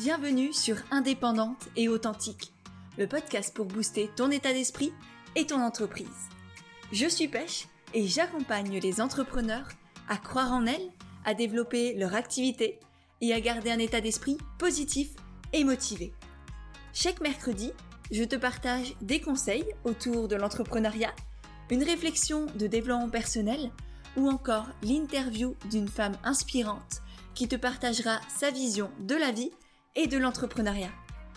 Bienvenue sur Indépendante et Authentique, le podcast pour booster ton état d'esprit et ton entreprise. Je suis Pêche et j'accompagne les entrepreneurs à croire en elles, à développer leur activité et à garder un état d'esprit positif et motivé. Chaque mercredi, je te partage des conseils autour de l'entrepreneuriat, une réflexion de développement personnel ou encore l'interview d'une femme inspirante qui te partagera sa vision de la vie et de l'entrepreneuriat.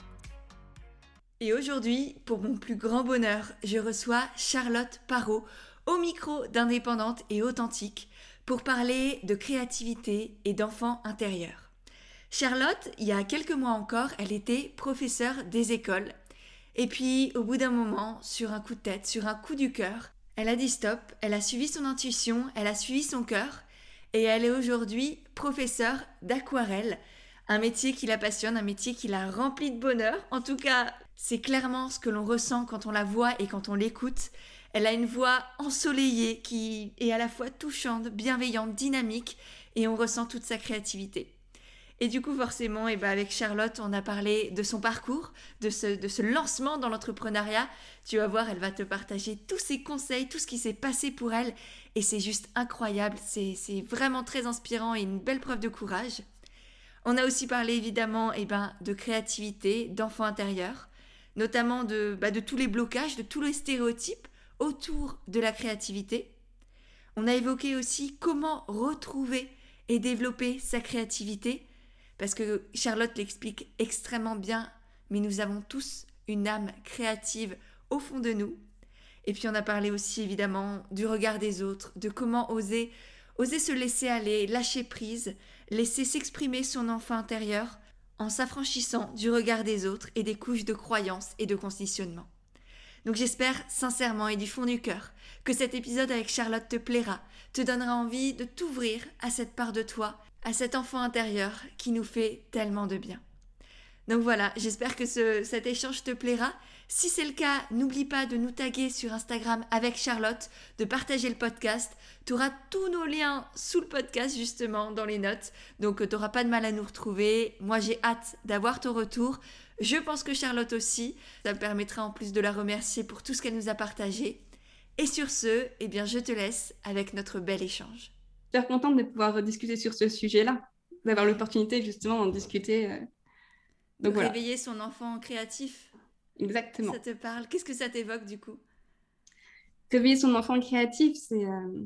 Et aujourd'hui, pour mon plus grand bonheur, je reçois Charlotte Parot au micro d'Indépendante et Authentique pour parler de créativité et d'enfant intérieur. Charlotte, il y a quelques mois encore, elle était professeure des écoles. Et puis, au bout d'un moment, sur un coup de tête, sur un coup du cœur, elle a dit stop, elle a suivi son intuition, elle a suivi son cœur et elle est aujourd'hui professeure d'aquarelle. Un métier qui la passionne, un métier qui la remplit de bonheur. En tout cas, c'est clairement ce que l'on ressent quand on la voit et quand on l'écoute. Elle a une voix ensoleillée qui est à la fois touchante, bienveillante, dynamique et on ressent toute sa créativité. Et du coup, forcément, avec Charlotte, on a parlé de son parcours, de ce lancement dans l'entrepreneuriat. Tu vas voir, elle va te partager tous ses conseils, tout ce qui s'est passé pour elle. Et c'est juste incroyable, c'est vraiment très inspirant et une belle preuve de courage. On a aussi parlé évidemment de créativité, d'enfant intérieur, notamment de tous les blocages, de tous les stéréotypes autour de la créativité. On a évoqué aussi comment retrouver et développer sa créativité, parce que Charlotte l'explique extrêmement bien, mais nous avons tous une âme créative au fond de nous. Et puis on a parlé aussi évidemment du regard des autres, de comment oser se laisser aller, lâcher prise, laisser s'exprimer son enfant intérieur en s'affranchissant du regard des autres et des couches de croyances et de conditionnement. Donc j'espère sincèrement et du fond du cœur que cet épisode avec Charlotte te plaira, te donnera envie de t'ouvrir à cette part de toi, à cet enfant intérieur qui nous fait tellement de bien. Donc voilà, j'espère que cet échange te plaira. Si c'est le cas, n'oublie pas de nous taguer sur Instagram avec Charlotte, de partager le podcast. Tu auras tous nos liens sous le podcast justement dans les notes. Donc tu n'auras pas de mal à nous retrouver. Moi j'ai hâte d'avoir ton retour. Je pense que Charlotte aussi. Ça me permettra en plus de la remercier pour tout ce qu'elle nous a partagé. Et sur ce, je te laisse avec notre bel échange. Je suis contente de pouvoir discuter sur ce sujet-là, d'avoir l'opportunité justement d'en discuter. Donc voilà. Réveiller son enfant créatif. Exactement. Ça te parle? Qu'est-ce que ça t'évoque du coup? Réveiller son enfant créatif, c'est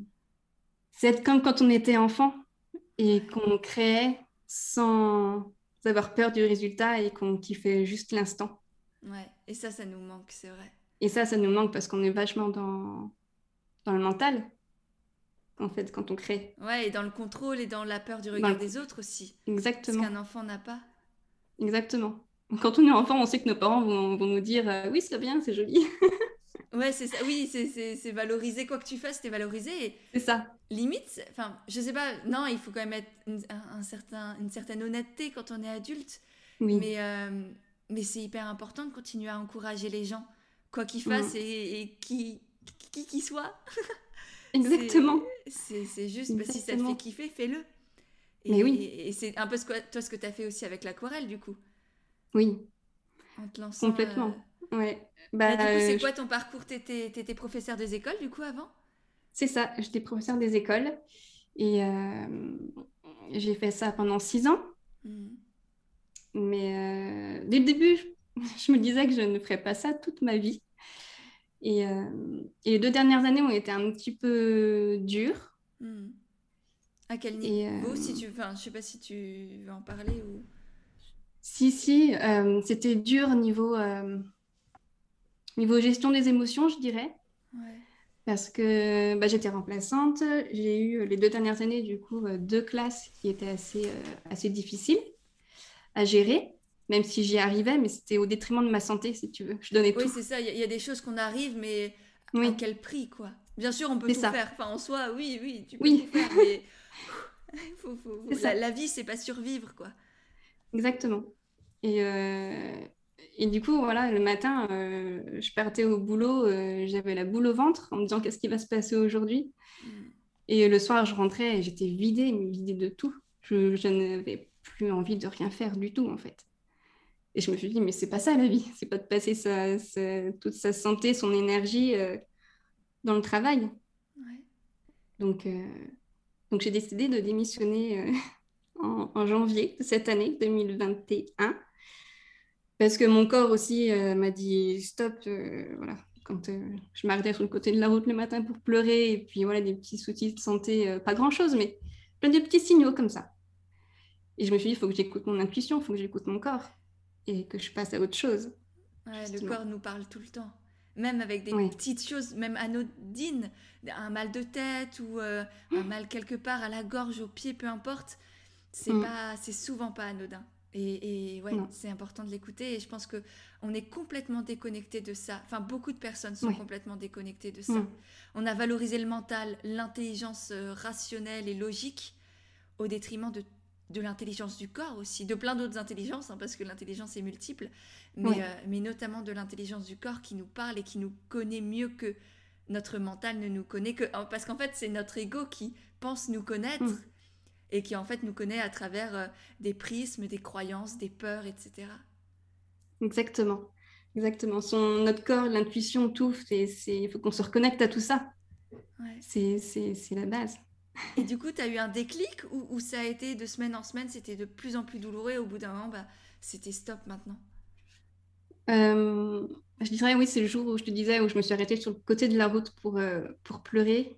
être comme quand on était enfant et qu'on créait sans avoir peur du résultat et qu'on kiffait juste l'instant. Ouais, et ça nous manque, c'est vrai. Et ça nous manque parce qu'on est vachement dans le mental, en fait, quand on crée. Ouais, et dans le contrôle et dans la peur du regard des autres aussi. Exactement. Ce qu'un enfant n'a pas. Exactement. Quand on est enfant, on sait que nos parents vont nous dire oui, c'est bien, c'est joli. Ouais, c'est ça. Oui, c'est valorisé. Quoi que tu fasses, t'es valorisé. C'est ça. Limite, enfin, je sais pas. Non, il faut quand même être une certaine honnêteté quand on est adulte. Oui. Mais c'est hyper important de continuer à encourager les gens, quoi qu'ils fassent et qui soient. Exactement. C'est juste, si ça te fait kiffer, fais-le. Mais oui. Et c'est un peu ce que tu as fait aussi avec l'aquarelle, du coup. Oui. En te lançant. Complètement. Ouais. Du coup, c'est quoi ton parcours? T'étais professeur des écoles, du coup, avant? C'est ça. J'étais professeur des écoles. Et j'ai fait ça pendant 6 ans. Mais dès le début, je me disais que je ne ferais pas ça toute ma vie. Et les 2 dernières années ont été un petit peu dures. À quel niveau si tu... Enfin, je sais pas si tu veux en parler ou... Si, c'était dur niveau gestion des émotions, je dirais. Ouais. Parce que j'étais remplaçante. J'ai eu les 2 dernières années, du coup, 2 classes qui étaient assez difficiles à gérer, même si j'y arrivais, mais c'était au détriment de ma santé, si tu veux. Je donnais tout. Oui, c'est ça. Il y a des choses qu'on arrive, mais oui. à quel prix, quoi? Bien sûr, on peut tout faire. Enfin, en soi, oui, tu peux tout faire, mais la vie, c'est pas survivre, quoi. Exactement. Et du coup, voilà, le matin, je partais au boulot, j'avais la boule au ventre en me disant qu'est-ce qui va se passer aujourd'hui. Et le soir, je rentrais et j'étais vidée de tout. Je n'avais plus envie de rien faire du tout, en fait. Et je me suis dit, mais c'est pas ça la vie. C'est pas de passer toute sa santé, son énergie dans le travail. Ouais. Donc, j'ai décidé de démissionner en janvier de cette année 2021 parce que mon corps aussi m'a dit stop. Voilà. Quand je m'arrêtais sur le côté de la route le matin pour pleurer et puis voilà, des petits soucis de santé, pas grand-chose, mais plein de petits signaux comme ça. Et je me suis dit, il faut que j'écoute mon intuition, il faut que j'écoute mon corps et que je passe à autre chose. Ouais, le Justement. corps nous parle tout le temps. Même avec des Oui. petites choses, même anodines, un mal de tête ou un mal quelque part à la gorge, au pied, peu importe, c'est souvent pas anodin. Et ouais, Non. c'est important de l'écouter. Et je pense que on est complètement déconnecté de ça. Enfin, beaucoup de personnes sont Oui. complètement déconnectées de ça. On a valorisé le mental, l'intelligence rationnelle et logique au détriment de l'intelligence du corps aussi, de plein d'autres intelligences, hein, parce que l'intelligence est multiple, mais notamment de l'intelligence du corps qui nous parle et qui nous connaît mieux que notre mental ne nous connaît, parce qu'en fait c'est notre ego qui pense nous connaître et qui en fait nous connaît à travers des prismes, des croyances, des peurs, etc. Exactement. Exactement. Notre corps, l'intuition, tout, il faut qu'on se reconnecte à tout ça. Ouais. C'est la base. Et du coup, tu as eu un déclic ou ça a été de semaine en semaine, c'était de plus en plus douloureux et au bout d'un moment, c'était stop maintenant? Je dirais, oui, c'est le jour où je te disais, où je me suis arrêtée sur le côté de la route pour pleurer.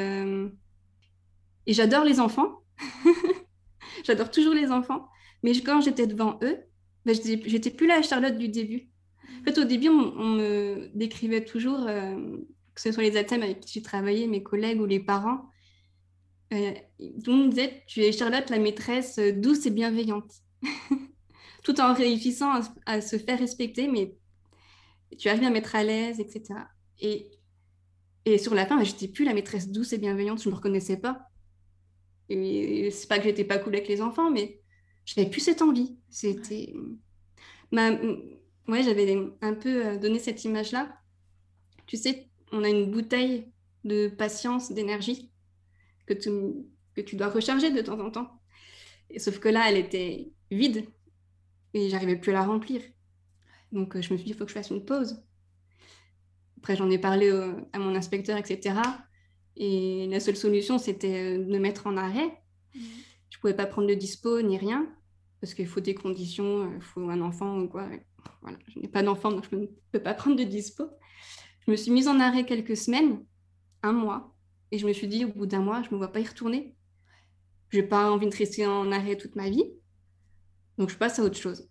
Et j'adore les enfants. J'adore toujours les enfants. Mais quand j'étais devant eux, j'étais plus la Charlotte du début. En fait, au début, on me décrivait toujours, que ce soit les ATEM avec qui j'ai travaillé, mes collègues ou les parents, tout le monde disait, tu es Charlotte, la maîtresse douce et bienveillante. Tout en réussissant à se faire respecter, mais tu arrives à mettre à l'aise, etc. Et, et sur la fin, je n'étais plus la maîtresse douce et bienveillante, je ne me reconnaissais pas. Et c'est pas que j'étais pas cool avec les enfants, mais je n'avais plus cette envie. C'était ouais, j'avais un peu donné cette image-là. Tu sais, on a une bouteille de patience, d'énergie que tu dois recharger de temps en temps. Et sauf que là, elle était vide et j'arrivais plus à la remplir. Donc je me suis dit, il faut que je fasse une pause. Après, j'en ai parlé à mon inspecteur, etc. Et la seule solution, c'était de me mettre en arrêt. Je ne pouvais pas prendre de dispo ni rien, parce qu'il faut des conditions, il faut un enfant ou quoi. Voilà, je n'ai pas d'enfant, donc je ne peux pas prendre de dispo. Je me suis mise en arrêt quelques semaines, un mois, et je me suis dit, au bout d'un mois, je ne me vois pas y retourner. Je n'ai pas envie de rester en arrêt toute ma vie, donc je passe à autre chose.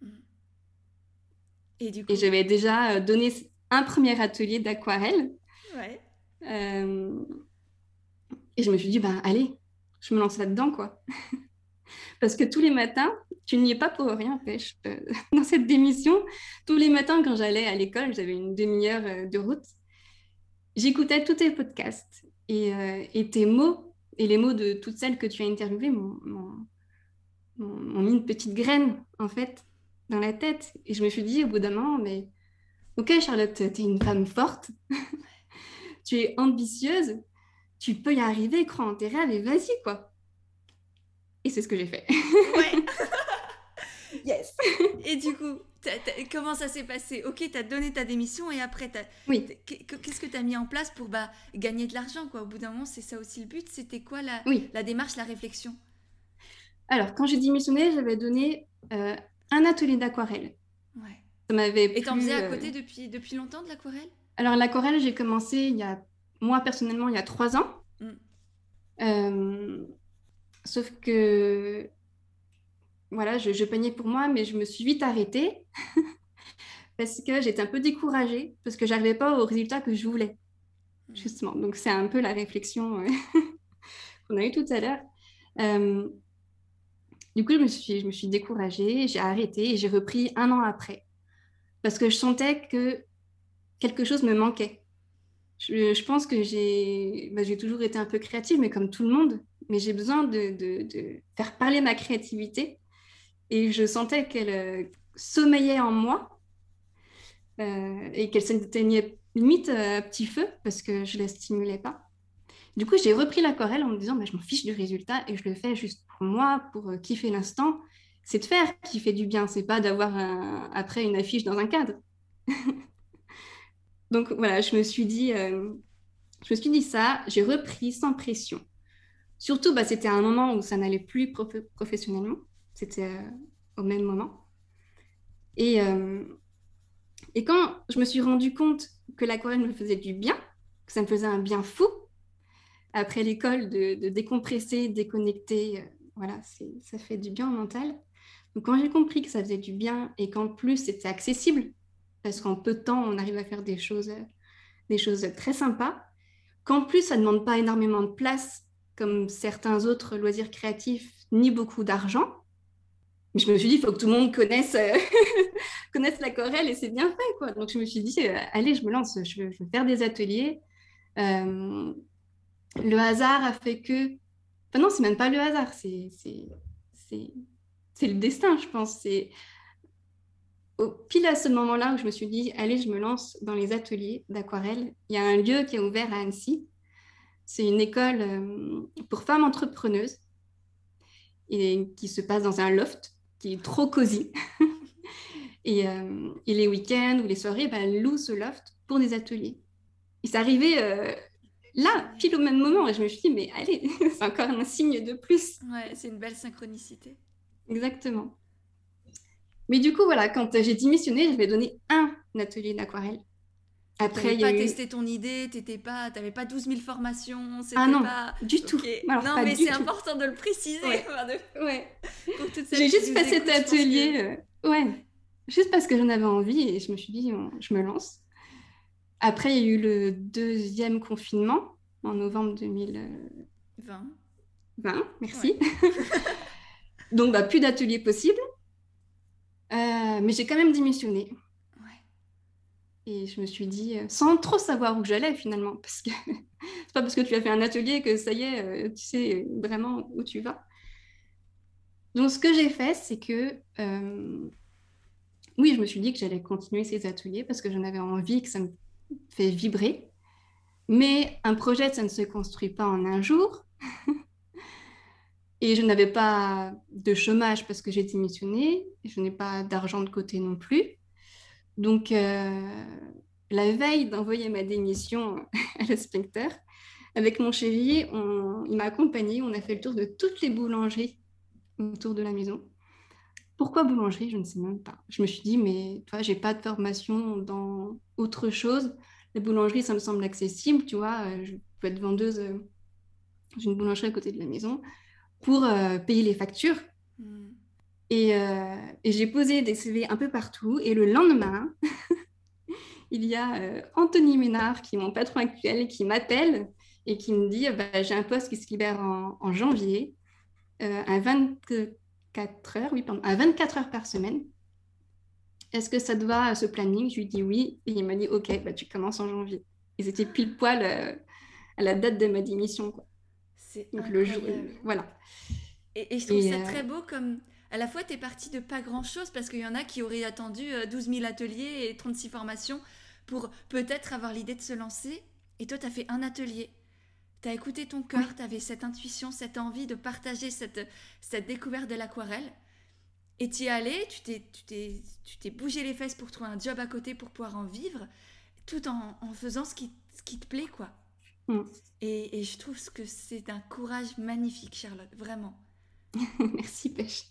Et du coup, Et j'avais déjà donné un premier atelier d'aquarelle. ouais. Et je me suis dit, allez, je me lance là-dedans, quoi. Parce que tous les matins, tu n'y es pas pour rien, Pêche. Dans cette démission, tous les matins, quand j'allais à l'école, j'avais une demi-heure de route, j'écoutais tous tes podcasts. Et tes mots, et les mots de toutes celles que tu as interviewées, m'ont mis une petite graine, en fait, dans la tête. Et je me suis dit, au bout d'un moment, mais ok, Charlotte, tu es une femme forte, tu es ambitieuse, tu peux y arriver, crois en tes rêves et vas-y, quoi. Et c'est ce que j'ai fait. Ouais. Yes. Et du coup, comment ça s'est passé? Ok, t'as donné ta démission et après, Oui. qu'est-ce que t'as mis en place pour gagner de l'argent, quoi? Au bout d'un moment, c'est ça aussi le but. C'était quoi Oui. la démarche, la réflexion? Alors, quand j'ai démissionné, j'avais donné un atelier d'aquarelle. Ouais. Ça m'avait Et t'en plu, faisais à côté depuis longtemps de l'aquarelle? Alors, l'aquarelle, j'ai commencé moi, personnellement, il y a 3 ans. Sauf que, voilà, je peignais pour moi, mais je me suis vite arrêtée parce que j'étais un peu découragée, parce que j'arrivais pas au résultat que je voulais, justement. Donc, c'est un peu la réflexion qu'on a eue tout à l'heure. Du coup, je me suis découragée, j'ai arrêté et j'ai repris 1 an après. Parce que je sentais que quelque chose me manquait. Je pense que j'ai toujours été un peu créative, mais comme tout le monde, mais j'ai besoin de faire parler ma créativité. Et je sentais qu'elle sommeillait en moi et qu'elle s'éteignait limite à petit feu parce que je ne la stimulais pas. Du coup, j'ai repris l'aquarelle en me disant, je m'en fiche du résultat et je le fais juste pour moi, pour kiffer l'instant. c'est de faire qui fait du bien, c'est pas d'avoir après une affiche dans un cadre. Donc voilà, je me suis dit ça, j'ai repris sans pression. Surtout, c'était un moment où ça n'allait plus professionnellement, c'était au même moment. Et, euh, et quand je me suis rendu compte que l'aquarelle me faisait du bien, que ça me faisait un bien fou, après l'école, de décompresser, déconnecter, voilà, ça fait du bien au mental. Donc quand j'ai compris que ça faisait du bien et qu'en plus c'était accessible, parce qu'en peu de temps on arrive à faire des choses très sympas, qu'en plus ça ne demande pas énormément de place comme certains autres loisirs créatifs, ni beaucoup d'argent. Mais je me suis dit, il faut que tout le monde connaisse, connaisse l'aquarelle et c'est bien fait, quoi. Donc je me suis dit, allez, je me lance, je vais faire des ateliers. Euh, le hasard a fait que... Enfin non, c'est même pas le hasard, c'est, c'est le destin, je pense. C'est pile à ce moment-là où je me suis dit, allez, je me lance dans les ateliers d'aquarelle. Il y a un lieu qui est ouvert à Annecy. C'est une école pour femmes entrepreneuses et qui se passe dans un loft qui est trop cosy. Et les week-ends ou les soirées, elle loue ce loft pour des ateliers. Et c'est arrivé là, pile au même moment. Et je me suis dit, mais allez, c'est encore un signe de plus. Ouais, c'est une belle synchronicité. Exactement. Mais du coup, voilà, quand j'ai démissionné, je vais donner un atelier d'aquarelle. Après, Après, il y pas a eu... testé ton idée, t'avais pas 12 000 formations, Ah c'était non, pas... du tout. Ok, Alors, non pas mais du c'est tout. important de le préciser, Ouais, enfin, ouais. pour toutes celles J'ai qui juste nous fait cet écoutent, je pense que... atelier, ouais, juste parce que j'en avais envie et je me suis dit, je me lance. Après, il y a eu le deuxième confinement en novembre 2020, 20, ouais. merci. Donc, plus d'atelier possible. Mais j'ai quand même démissionné. Ouais. Et je me suis dit, sans trop savoir où j'allais finalement, parce que c'est pas parce que tu as fait un atelier que ça y est, tu sais vraiment où tu vas. Donc, ce que j'ai fait, c'est que, oui, je me suis dit que j'allais continuer ces ateliers parce que j'en avais envie, que ça me fait vibrer. Mais un projet, ça ne se construit pas en un jour. Et je n'avais pas de chômage parce que j'ai démissionné. Je n'ai pas d'argent de côté non plus. Donc, la veille d'envoyer ma démission à l'inspecteur, avec mon chéri, il m'a accompagné. On a fait le tour de toutes les boulangeries autour de la maison. Pourquoi boulangerie? Je ne sais même pas. Je me suis dit, mais toi, j'ai pas de formation dans autre chose. La boulangerie, ça me semble accessible, tu vois. Je peux être vendeuse dans une boulangerie à côté de la maison pour payer les factures. Mm. Et j'ai posé des CV un peu partout. Et le lendemain, il y a Anthony Ménard, qui est mon patron actuel, qui m'appelle et qui me dit, j'ai un poste qui se libère en janvier, à 24 heures, oui, pardon, à 24 heures par semaine. Est-ce que ça te va à ce planning? Je lui dis oui. Et il m'a dit, OK, tu commences en janvier. Et c'était pile poil à la date de ma démission, quoi. C'est Donc le jour, incroyable. voilà. Et je trouve Et ça très beau comme... À la fois, t'es partie de pas grand-chose parce qu'il y en a qui auraient attendu 12 000 ateliers et 36 formations pour peut-être avoir l'idée de se lancer. Et toi, t'as fait un atelier. T'as écouté ton oui, cœur, t'avais cette intuition, cette envie de partager cette découverte de l'aquarelle. Et t'y es allé, tu t'es bougé les fesses pour trouver un job à côté pour pouvoir en vivre, tout en faisant ce qui te plaît, quoi. mm. Et je trouve que c'est un courage magnifique, Charlotte, vraiment. Merci, Pêche.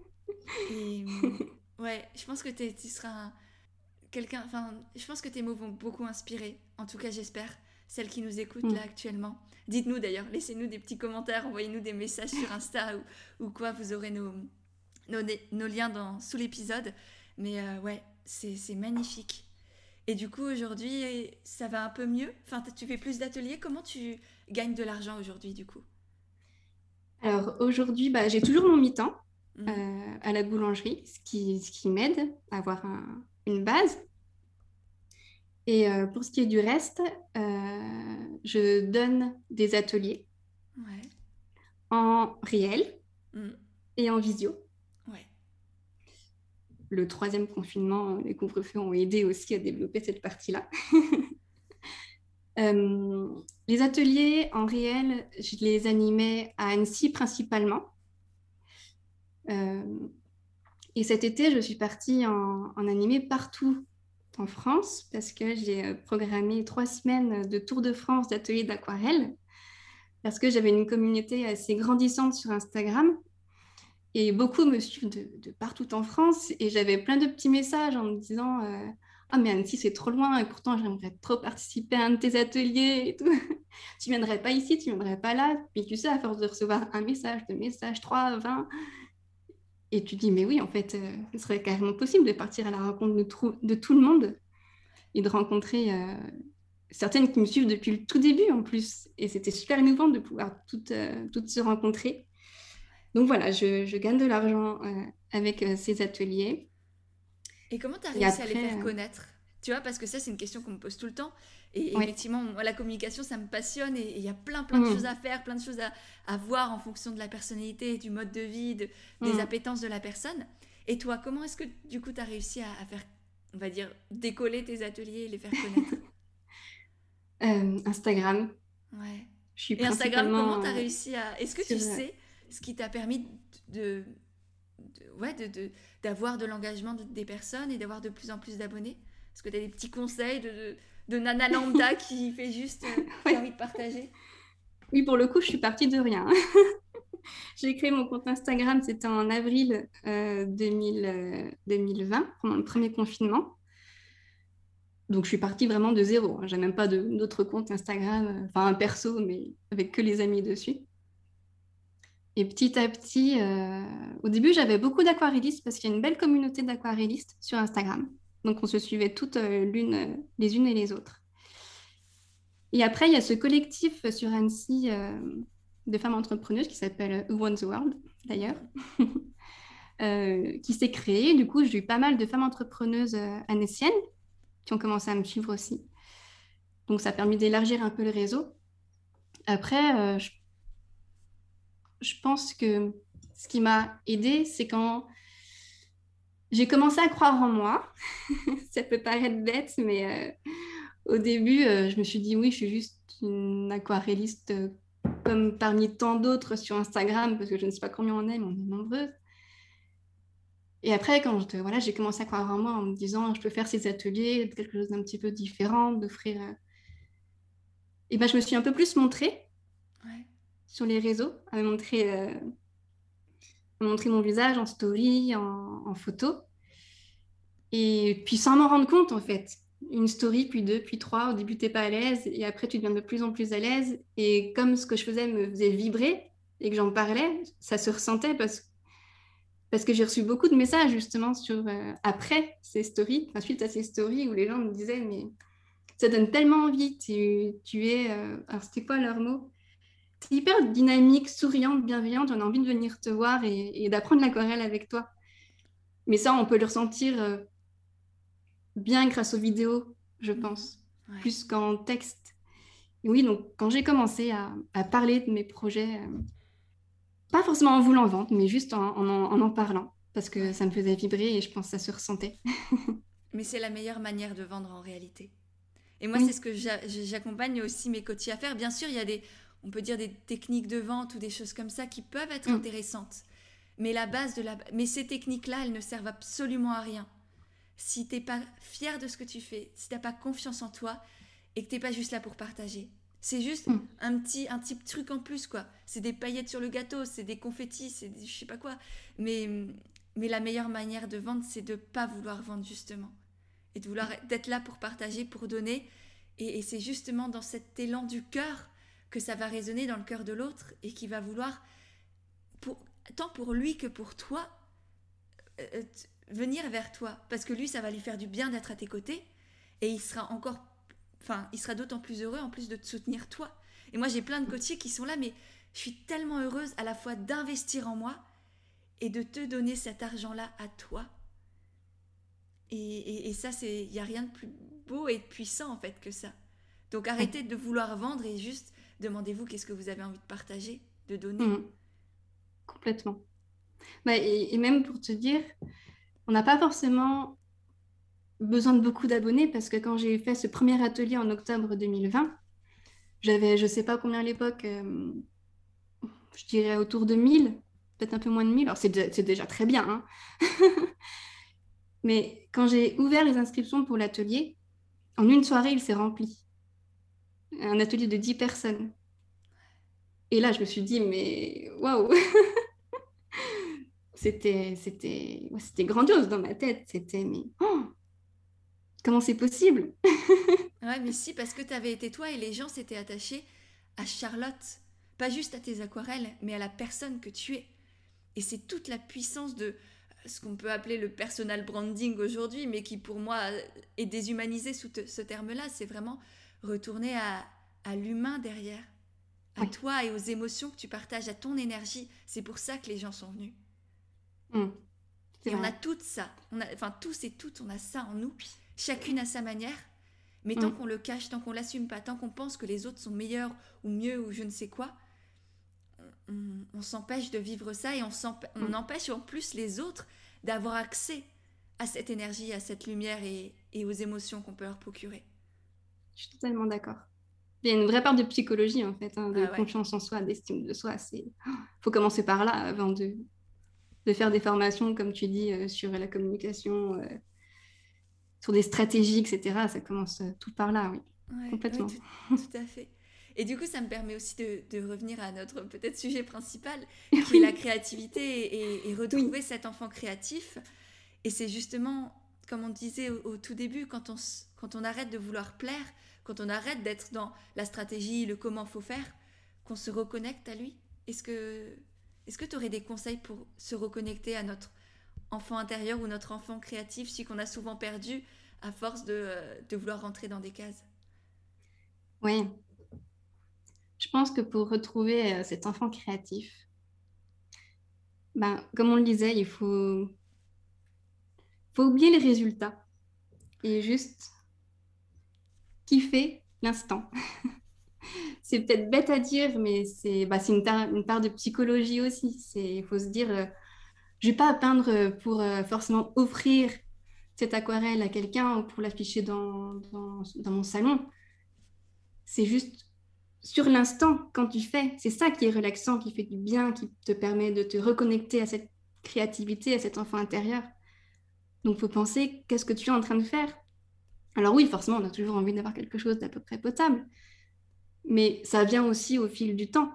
Et ouais, je pense que tu seras quelqu'un. Enfin, je pense que tes mots vont beaucoup inspirer. En tout cas, j'espère. Celles qui nous écoutent Mm. là actuellement. Dites-nous d'ailleurs, laissez-nous des petits commentaires, envoyez-nous des messages sur Insta ou quoi. Vous aurez nos liens sous l'épisode. Mais ouais, c'est magnifique. Et du coup, aujourd'hui, ça va un peu mieux. Enfin, tu fais plus d'ateliers. Comment tu gagnes de l'argent aujourd'hui, du coup? Alors aujourd'hui, j'ai toujours mon mi-temps Mhm. à la boulangerie, ce qui m'aide à avoir une base. Et pour ce qui est du reste, je donne des ateliers Ouais. en réel Mhm. et en visio. Ouais. Le troisième confinement, les couvre-feux ont aidé aussi à développer cette partie-là. Les ateliers en réel, je les animais à Annecy principalement. Euh, Et cet été, je suis partie en animé partout en France parce que j'ai programmé 3 semaines de Tour de France d'ateliers d'aquarelle parce que j'avais une communauté assez grandissante sur Instagram et beaucoup me suivent de partout en France et j'avais plein de petits messages en me disant ah mais Annecy c'est trop loin et pourtant j'aimerais trop participer à un de tes ateliers et tout. Tu viendrais pas ici, tu viendrais pas là. Puis tu sais, à force de recevoir un message, deux messages, 3, 20, et tu te dis mais oui en fait ce serait carrément possible de partir à la rencontre de tout le monde et de rencontrer certaines qui me suivent depuis le tout début en plus. Et c'était super émouvant de pouvoir toutes se rencontrer. Donc voilà, je gagne de l'argent avec ces ateliers. Et comment tu as Et réussi à les après, faire connaître? Tu vois, parce que ça, c'est une question qu'on me pose tout le temps. Et ouais. effectivement, moi, la communication, ça me passionne. Et il y a plein de choses Mhm. à faire, plein de choses à voir en fonction de la personnalité, du mode de vie, des Mhm. appétences de la personne. Et toi, comment est-ce que, du coup, tu as réussi à faire, on va dire, décoller tes ateliers et les faire connaître? Instagram, Ouais. je suis Et Instagram, comment principalement tu as réussi à... Est-ce que tu sur... sais ce qui t'a permis ouais, d'avoir de l'engagement des personnes et d'avoir de plus en plus d'abonnés? Est-ce que tu as des petits conseils de nana lambda qui fait juste j'ai Ouais. envie de partager? Oui, pour le coup, je suis partie de rien. J'ai créé mon compte Instagram, c'était en avril 2020, pendant le premier confinement. Donc, je suis partie vraiment de zéro. J'ai même pas d'autres comptes Instagram, enfin un perso, mais avec que les amis dessus. Et petit à petit, au début, j'avais beaucoup d'aquarellistes parce qu'il y a une belle communauté d'aquarellistes sur Instagram. Donc, on se suivait toutes les unes et les autres. Et après, il y a ce collectif sur Annecy de femmes entrepreneuses qui s'appelle Who Wants the World, d'ailleurs, Mhm. qui s'est créé. Du coup, j'ai eu pas mal de femmes entrepreneuses annéciennes qui ont commencé à me suivre aussi. Donc, ça a permis d'élargir un peu le réseau. Après, je pense que ce qui m'a aidée, c'est quand j'ai commencé à croire en moi. Ça peut paraître bête, mais au début, je me suis dit, oui, je suis juste une aquarelliste comme parmi tant d'autres sur Instagram, parce que je ne sais pas combien on est, mais on est nombreuses. Et après, voilà, j'ai commencé à croire en moi en me disant, je peux faire ces ateliers, quelque chose d'un petit peu différent, d'offrir... Et ben, je me suis un peu plus montrée Ouais. sur les réseaux, à montrer mon visage en story, en photo. Et puis sans m'en rendre compte, en fait. Une story, puis deux, puis trois. Au début, t'es pas à l'aise. Et après, tu deviens de plus en plus à l'aise. Et comme ce que je faisais me faisait vibrer et que j'en parlais, ça se ressentait parce que j'ai reçu beaucoup de messages justement après ces stories, enfin, suite à ces stories où les gens me disaient, mais ça donne tellement envie. Tu es, alors c'était quoi leur mot? T'es hyper dynamique, souriante, bienveillante. On a envie de venir te voir et d'apprendre l'aquarelle avec toi. Mais ça, on peut le ressentir bien grâce aux vidéos, je Mhm. pense, Ouais. plus qu'en texte. Et oui, donc quand j'ai commencé à parler de mes projets, pas forcément en voulant vendre, mais juste en parlant, parce que Ouais. ça me faisait vibrer et je pense que ça se ressentait. Mais c'est la meilleure manière de vendre en réalité. Et moi, c'est Oui. ce que j'accompagne aussi mes coachs à faire. Bien sûr, il y a on peut dire des techniques de vente ou des choses comme ça qui peuvent être Mm. intéressantes. Mais mais ces techniques-là, elles ne servent absolument à rien. Si t'es pas fier de ce que tu fais, si t'as pas confiance en toi et que t'es pas juste là pour partager. C'est juste Mm. un petit truc en plus, quoi. C'est des paillettes sur le gâteau, c'est des confettis, je sais pas quoi. Mais, mais la meilleure manière de vendre, c'est de pas vouloir vendre, justement. Et d'être là pour partager, pour donner. Et c'est justement dans cet élan du cœur que ça va résonner dans le cœur de l'autre et qui va vouloir, pour, tant pour lui que pour toi, euh, venir vers toi. Parce que lui, ça va lui faire du bien d'être à tes côtés. Et il sera d'autant plus heureux en plus de te soutenir toi. Et moi, j'ai plein de coachés qui sont là, mais je suis tellement heureuse à la fois d'investir en moi et de te donner cet argent-là à toi. Et ça, il n'y a rien de plus beau et de puissant en fait que ça. Donc Ouais. arrêtez de vouloir vendre et juste demandez-vous qu'est-ce que vous avez envie de partager, de donner. Mm. Complètement. Bah, et même pour te dire, on n'a pas forcément besoin de beaucoup d'abonnés parce que quand j'ai fait ce premier atelier en octobre 2020, j'avais, je sais pas combien à l'époque, je dirais autour de 1000. peut-être un peu moins de 1000. Alors, c'est déjà très bien, hein. Mais quand j'ai ouvert les inscriptions pour l'atelier, en une soirée, il s'est rempli. Un atelier de 10 personnes. Et là, je me suis dit, mais waouh, c'était grandiose dans ma tête. C'était, mais oh, comment c'est possible? Ouais, mais si, parce que tu avais été toi et les gens s'étaient attachés à Charlotte. Pas juste à tes aquarelles, mais à la personne que tu es. Et c'est toute la puissance de ce qu'on peut appeler le personal branding aujourd'hui, mais qui pour moi est déshumanisé sous ce terme-là. C'est vraiment retourner à l'humain derrière, à Oui. toi et aux émotions que tu partages, à ton énergie. C'est pour ça que les gens sont venus. C'est Et on vrai. a tout ça. Enfin, tous et toutes, on a ça en nous. Chacune à sa manière. Mais tant qu'on le cache, tant qu'on l'assume pas, tant qu'on pense que les autres sont meilleurs ou mieux ou je ne sais quoi, on s'empêche de vivre ça et on empêche en plus les autres d'avoir accès à cette énergie, à cette lumière et aux émotions qu'on peut leur procurer. Je suis totalement d'accord. Il y a une vraie part de psychologie, en fait, hein, de Ah ouais. confiance en soi, d'estime de soi. Faut commencer par là avant de faire des formations, comme tu dis, sur la communication, sur des stratégies, etc. Ça commence tout par là, oui. Ouais, oui, Complètement. tout à fait. Et du coup, ça me permet aussi de revenir à notre peut-être sujet principal, qui est la Oui, créativité et oui, retrouver cet enfant créatif. Et c'est justement, comme on disait au tout début, quand on arrête de vouloir plaire, quand on arrête d'être dans la stratégie, le comment faut faire, qu'on se reconnecte à lui. Est-ce que tu aurais des conseils pour se reconnecter à notre enfant intérieur ou notre enfant créatif, celui qu'on a souvent perdu à force de vouloir rentrer dans des cases? oui. Je pense que pour retrouver cet enfant créatif, ben, comme on le disait, faut oublier les résultats et juste kiffer l'instant. C'est peut-être bête à dire, mais c'est une part de psychologie aussi. Il faut se dire, je vais pas peindre pour forcément offrir cette aquarelle à quelqu'un ou pour l'afficher dans mon salon. C'est juste sur l'instant, quand tu fais. C'est ça qui est relaxant, qui fait du bien, qui te permet de te reconnecter à cette créativité, à cet enfant intérieur. Donc, il faut penser, qu'est-ce que tu es en train de faire? Alors oui, forcément, on a toujours envie d'avoir quelque chose d'à peu près potable, mais ça vient aussi au fil du temps.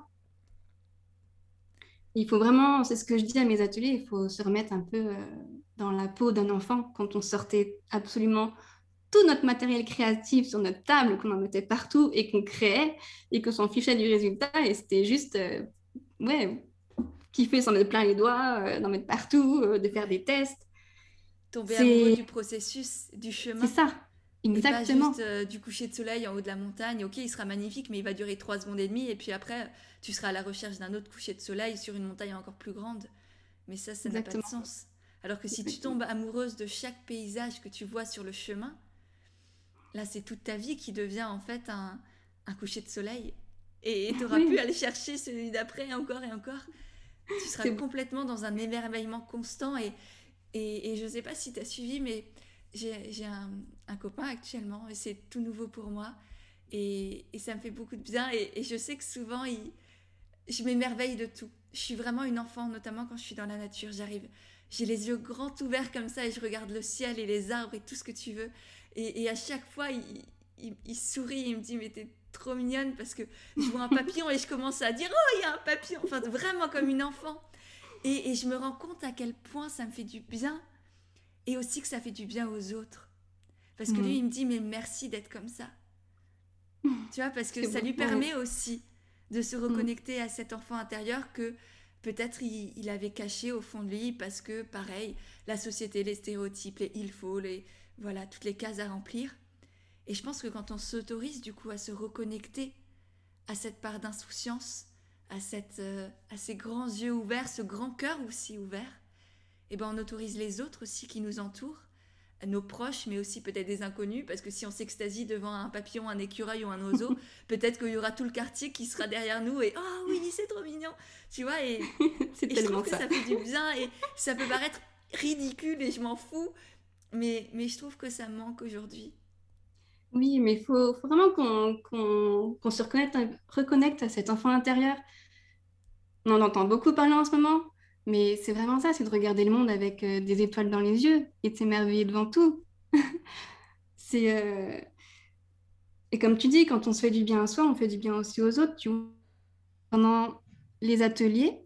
Il faut vraiment, c'est ce que je dis à mes ateliers, il faut se remettre un peu dans la peau d'un enfant quand on sortait absolument tout notre matériel créatif sur notre table, qu'on en mettait partout et qu'on créait et qu'on s'en fichait du résultat. Et c'était juste, ouais, kiffer, s'en mettre plein les doigts, d'en mettre partout, de faire Ouais. des tests. Tomber amoureux C'est, du processus, du c'est chemin, ça, et pas juste exactement. du coucher de soleil en haut de la montagne. Ok, il sera magnifique, mais il va durer 3 secondes et demie, et puis après, tu seras à la recherche d'un autre coucher de soleil sur une montagne encore plus grande. Mais ça n'a pas de Exactement. sens. Alors que si tu Exactement. tombes amoureuse de chaque paysage que tu vois sur le chemin, là, c'est toute ta vie qui devient en fait un coucher de soleil. Et tu n'auras plus à Oui, aller chercher celui d'après encore et encore. Tu seras c'est complètement dans un émerveillement constant. Et je ne sais pas si tu as suivi, mais j'ai un copain actuellement et c'est tout nouveau pour moi. Et ça me fait beaucoup de bien. Et je sais que souvent, je m'émerveille de tout. Je suis vraiment une enfant, notamment quand je suis dans la nature. J'ai les yeux grands ouverts comme ça et je regarde le ciel et les arbres et tout ce que tu veux. Et à chaque fois, il sourit et il me dit, mais t'es trop mignonne parce que je vois un papillon et je commence à dire, oh, il y a un papillon. Enfin, vraiment comme une enfant. Et je me rends compte à quel point ça me fait du bien et aussi que ça fait du bien aux autres. Parce que lui, il me dit, mais merci d'être comme ça. Tu vois, parce que ça beau. lui Ouais. permet aussi de se Mm. reconnecter à cet enfant intérieur que peut-être il avait caché au fond de lui parce que, pareil, la société, les stéréotypes, les il faut, voilà, toutes les cases à remplir. Et je pense que quand on s'autorise du coup à se reconnecter à cette part d'insouciance, à ces grands yeux ouverts, ce grand cœur aussi ouvert, et ben on autorise les autres aussi qui nous entourent, nos proches, mais aussi peut-être des inconnus, parce que si on s'extasie devant un papillon, un écureuil ou un oiseau, peut-être qu'il y aura tout le quartier qui sera derrière nous et oh oui, c'est trop mignon, tu vois, C'est et je tellement trouve que ça. ça fait du bien et ça peut paraître ridicule et je m'en fous, mais je trouve que ça manque aujourd'hui. Oui, mais faut vraiment qu'on se reconnecte à cet enfant intérieur. On en entend beaucoup parler en ce moment. Mais c'est vraiment ça, c'est de regarder le monde avec des étoiles dans les yeux et de s'émerveiller devant tout. C'est, Et comme tu dis, quand on se fait du bien à soi, on fait du bien aussi aux autres. Tu vois. Pendant les ateliers,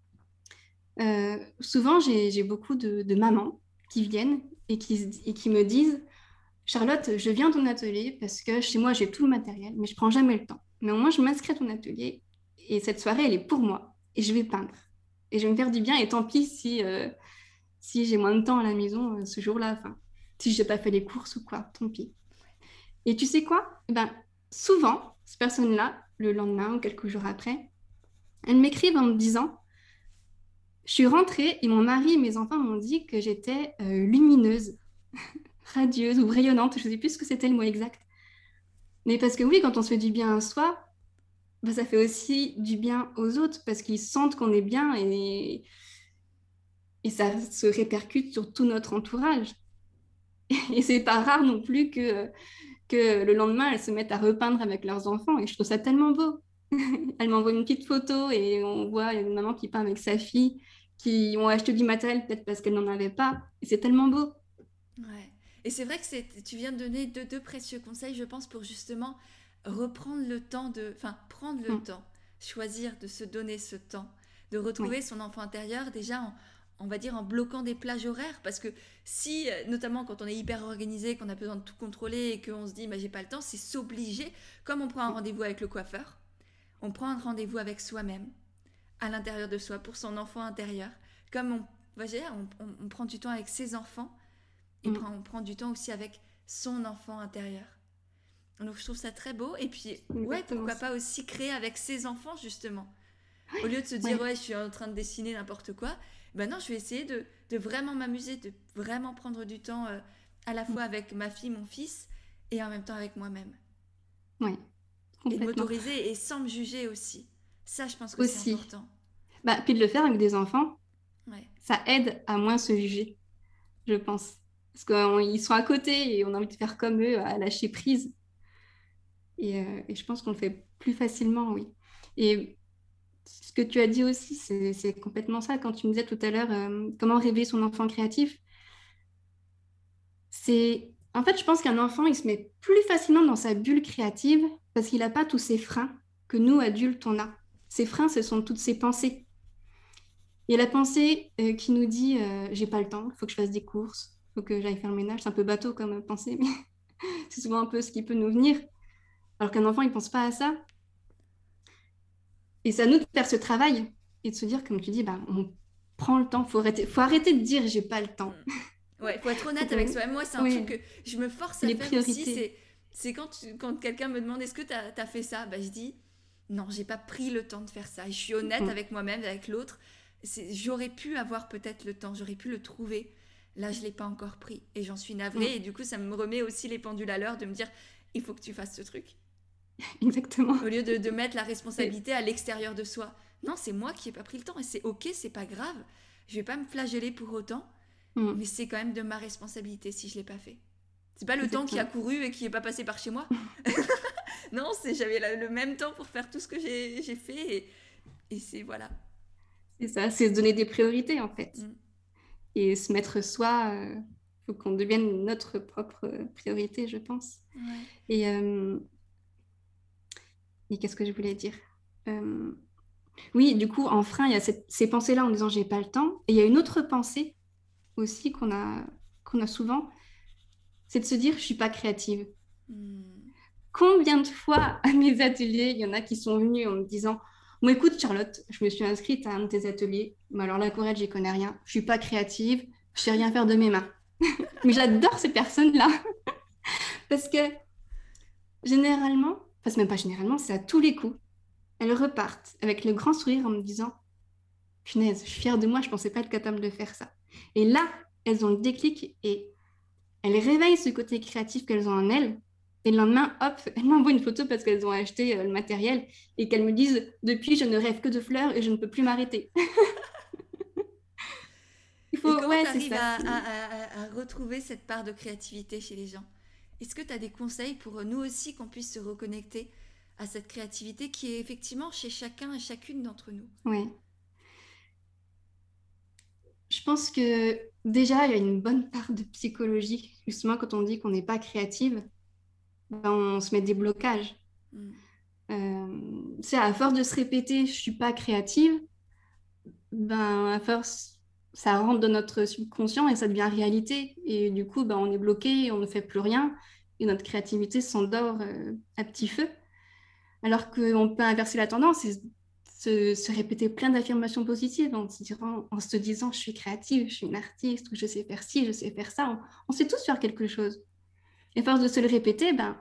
souvent j'ai beaucoup de mamans qui viennent et qui me disent, Charlotte, je viens à ton atelier parce que chez moi j'ai tout le matériel, mais je prends jamais le temps. Mais au moins je m'inscris à ton atelier et cette soirée elle est pour moi et je vais peindre. Et je vais me faire du bien et tant pis si j'ai moins de temps à la maison ce jour-là, enfin, si j'ai pas fait les courses ou quoi, tant pis. Et tu sais quoi? Eh ben, souvent, ces personnes-là, le lendemain ou quelques jours après, elles m'écrivent en me disant, je suis rentrée et mon mari et mes enfants m'ont dit que j'étais lumineuse, radieuse ou rayonnante, je ne sais plus ce que c'était le mot exact. Mais parce que oui, quand on se fait du bien à soi, bah, ça fait aussi du bien aux autres parce qu'ils sentent qu'on est bien et ça se répercute sur tout notre entourage. Et c'est pas rare non plus que le lendemain, elles se mettent à repeindre avec leurs enfants et je trouve ça tellement beau. Elle m'envoie une petite photo et on voit une maman qui peint avec sa fille, qui ont acheté du matériel peut-être parce qu'elle n'en avait pas. Et c'est tellement beau. Ouais. Et c'est vrai que tu viens de donner deux précieux conseils, je pense, pour justement reprendre le temps enfin, prendre le Mm. temps, choisir de se donner ce temps, de Oui, retrouver son enfant intérieur déjà on va dire en bloquant des plages horaires, parce que si, notamment quand on est hyper organisé, qu'on a besoin de tout contrôler et qu'on se dit, bah, j'ai pas le temps, c'est s'obliger, comme on prend un rendez-vous avec le coiffeur, on prend un rendez-vous avec soi-même, à l'intérieur de soi, pour son enfant intérieur, comme on prend du temps avec ses enfants, et mm. on prend du temps aussi avec son enfant intérieur. Donc je trouve ça très beau. Et puis, ouais, Exactement pourquoi ça. pas aussi créer avec ses enfants, justement. Au lieu de se dire, Oui, ouais, je suis en train de dessiner n'importe quoi, ben non, je vais essayer de vraiment m'amuser, de vraiment prendre du temps à la fois avec ma fille, mon fils, et en même temps avec moi-même. oui, Et de complètement. m'autoriser et sans me juger aussi. Ça, je pense que c'est Aussi. important. Bah, puis de le faire avec des enfants, Ouais. ça aide à moins se juger, je pense. Parce qu'ils sont à côté et on a envie de faire comme eux, à lâcher prise. Et je pense qu'on le fait plus facilement, oui. Et ce que tu as dit aussi, c'est complètement ça. Quand tu me disais tout à l'heure, comment réveiller son enfant créatif, en fait, je pense qu'un enfant, il se met plus facilement dans sa bulle créative parce qu'il n'a pas tous ces freins que nous, adultes, on a. Ces freins, ce sont toutes ces pensées. Il y a la pensée qui nous dit j'ai pas le temps, il faut que je fasse des courses, il faut que j'aille faire le ménage. C'est un peu bateau comme pensée, mais c'est souvent un peu ce qui peut nous venir. Alors qu'un enfant, il pense pas à ça. Et c'est à nous de faire ce travail et de se dire, comme tu dis, bah, on prend le temps, faut arrêter de dire j'ai pas le temps. Ouais, faut être Faut honnête avec qu'on- soi. Moi, c'est un truc Oui, que je me force à les faire aussi. priorités. C'est quand quelqu'un me demande est-ce que t'as fait ça, bah, je dis non, j'ai pas pris le temps de faire ça. Et je suis honnête Mm, avec moi-même, avec l'autre. J'aurais pu avoir peut-être le temps, j'aurais pu le trouver. Là, je l'ai pas encore pris et j'en suis navrée. Et mm, du coup, ça me remet aussi les pendules à l'heure de me dire il faut que tu fasses ce truc. exactement. Au lieu de mettre la Et- responsabilité à l'extérieur de soi. Non, c'est moi qui ai pas pris le temps et c'est ok, c'est pas grave. Je vais pas me flageller pour autant, mm, mais c'est quand même de ma responsabilité si je l'ai pas fait. C'est pas le temps qui a exactement. couru et qui est pas passé par chez moi. Non, j'avais le même temps pour faire tout ce que j'ai fait et c'est voilà. C'est ça, c'est se donner des priorités en fait. Mm. Et se mettre soi, faut qu'on devienne notre propre priorité, je pense. Ouais. Et, euh, et qu'est-ce que je voulais dire? Euh, Oui, du coup, en frein, il y a ces pensées-là en disant j'ai pas le temps. Et il y a une autre pensée aussi qu'on a souvent, c'est de se dire je suis pas créative. Mm. Combien de fois à mes ateliers, il y en a qui sont venus en me disant bon, écoute, Charlotte, je me suis inscrite à un de tes ateliers, mais alors l'aquarelle, j'y connais rien, je suis pas créative, je sais rien faire de mes mains. Mais j'adore ces personnes-là parce que généralement, enfin, c'est même pas généralement, c'est à tous les coups, elles repartent avec le grand sourire en me disant punaise, je suis fière de moi, je pensais pas être capable de faire ça. Et là, elles ont le déclic et elles réveillent ce côté créatif qu'elles ont en elles. Et le lendemain, hop, elles m'envoient une photo parce qu'elles ont acheté le matériel et qu'elles me disent depuis, je ne rêve que de fleurs et je ne peux plus m'arrêter. Et comment tu Ouais, c'est arrives ça. à retrouver cette part de créativité chez les gens? Est-ce que tu as des conseils pour nous aussi qu'on puisse se reconnecter à cette créativité qui est effectivement chez chacun et chacune d'entre nous? Ouais. Je pense que déjà, il y a une bonne part de psychologie. Justement, quand on dit qu'on n'est pas créative, ben, on se met des blocages. Mm. C'est à force de se répéter, je suis pas créative, ben, à force, ça rentre dans notre subconscient et ça devient réalité. Et du coup, ben, on est bloqué, on ne fait plus rien et notre créativité s'endort à petit feu. Alors qu'on peut inverser la tendance et se répéter plein d'affirmations positives en se disant je suis créative, je suis une artiste, ou je sais faire ci, je sais faire ça. On sait tous faire quelque chose. Et à force de se le répéter, ben,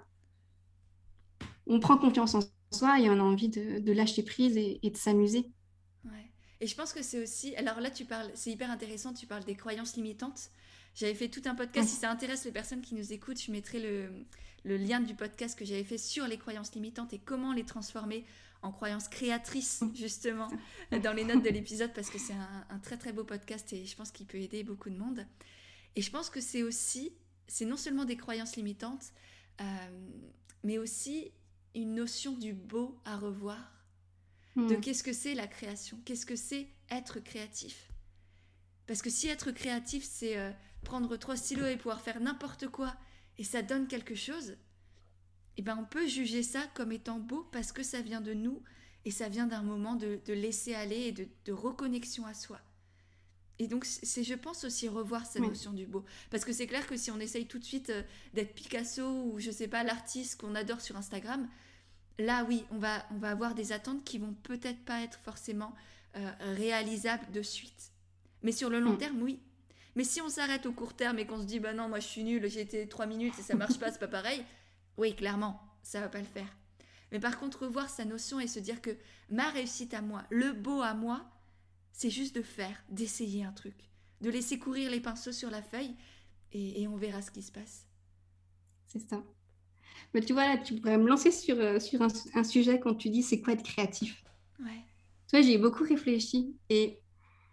on prend confiance en soi et on a envie de lâcher prise et de s'amuser. Ouais. Et je pense que c'est aussi. Alors là, tu parles, c'est hyper intéressant, tu parles des croyances limitantes. J'avais fait tout un podcast. Ouais. Si ça intéresse les personnes qui nous écoutent, je mettrai le lien du podcast que j'avais fait sur les croyances limitantes et comment les transformer en croyances créatrices, justement, dans les notes de l'épisode, parce que c'est un très très beau podcast et je pense qu'il peut aider beaucoup de monde. Et je pense que c'est aussi, c'est non seulement des croyances limitantes, euh, mais aussi une notion du beau à revoir, de Mm. qu'est-ce que c'est la création, qu'est-ce que c'est être créatif. Parce que si être créatif, c'est prendre 3 stylos et pouvoir faire n'importe quoi, et ça donne quelque chose, eh ben on peut juger ça comme étant beau parce que ça vient de nous, et ça vient d'un moment de laisser aller et de reconnexion à soi. Et donc, c'est, je pense, aussi revoir sa Ouais. notion du beau. Parce que c'est clair que si on essaye tout de suite d'être Picasso ou, je sais pas, l'artiste qu'on adore sur Instagram, là, oui, on va avoir des attentes qui vont peut-être pas être forcément réalisables de suite. Mais sur le long Mm. terme, oui. Mais si on s'arrête au court terme et qu'on se dit, bah non, moi je suis nulle, j'ai été 3 minutes et ça marche pas, c'est pas pareil, oui, clairement, ça va pas le faire. Mais par contre, revoir sa notion et se dire que ma réussite à moi, le beau à moi, c'est juste de faire, d'essayer un truc, de laisser courir les pinceaux sur la feuille et on verra ce qui se passe. C'est ça. Mais tu vois, là, tu pourrais me lancer sur un sujet quand tu dis c'est quoi être créatif. Ouais. Tu vois, j'y ai beaucoup réfléchi et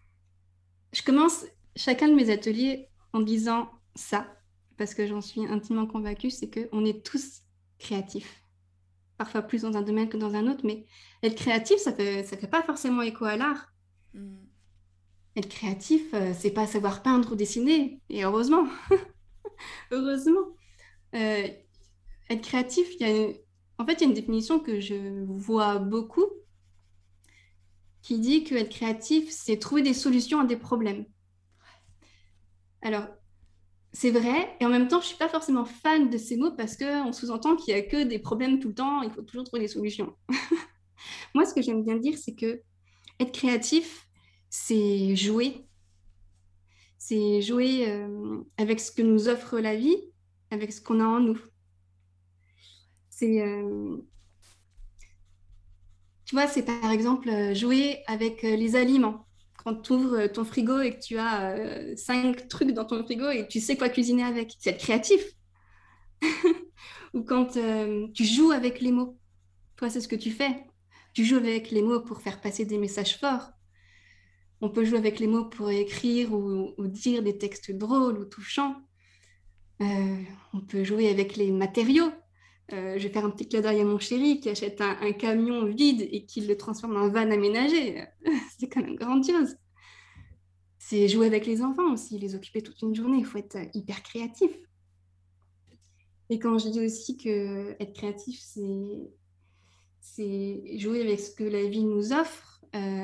je commence chacun de mes ateliers en disant ça, parce que j'en suis intimement convaincue, c'est qu'on est tous créatifs. Parfois plus dans un domaine que dans un autre, mais être créatif, ça fait pas forcément écho à l'art. Mm. Être créatif, c'est pas savoir peindre ou dessiner, et heureusement, heureusement. Euh, Être créatif, en fait, il y a une définition que je vois beaucoup qui dit que être créatif, c'est trouver des solutions à des problèmes. Alors, c'est vrai, et en même temps, je suis pas forcément fan de ces mots parce qu'on sous-entend qu'il y a que des problèmes tout le temps, il faut toujours trouver des solutions. Moi, ce que j'aime bien dire, c'est que être créatif, c'est jouer. C'est jouer avec ce que nous offre la vie, avec ce qu'on a en nous. C'est, tu vois, c'est par exemple jouer avec les aliments. Quand tu ouvres ton frigo et que tu as 5 trucs dans ton frigo et que tu sais quoi cuisiner avec, c'est être créatif. Ou quand tu joues avec les mots. Toi, c'est ce que tu fais. Tu joues avec les mots pour faire passer des messages forts. On peut jouer avec les mots pour écrire ou dire des textes drôles ou touchants. Euh, on peut jouer avec les matériaux. Je vais faire un petit clin d'œil à mon chéri qui achète un camion vide et qui le transforme en van aménagé. C'est quand même grandiose. C'est jouer avec les enfants aussi, les occuper toute une journée. Il faut être hyper créatif. Et quand je dis aussi que être créatif, c'est jouer avec ce que la vie nous offre.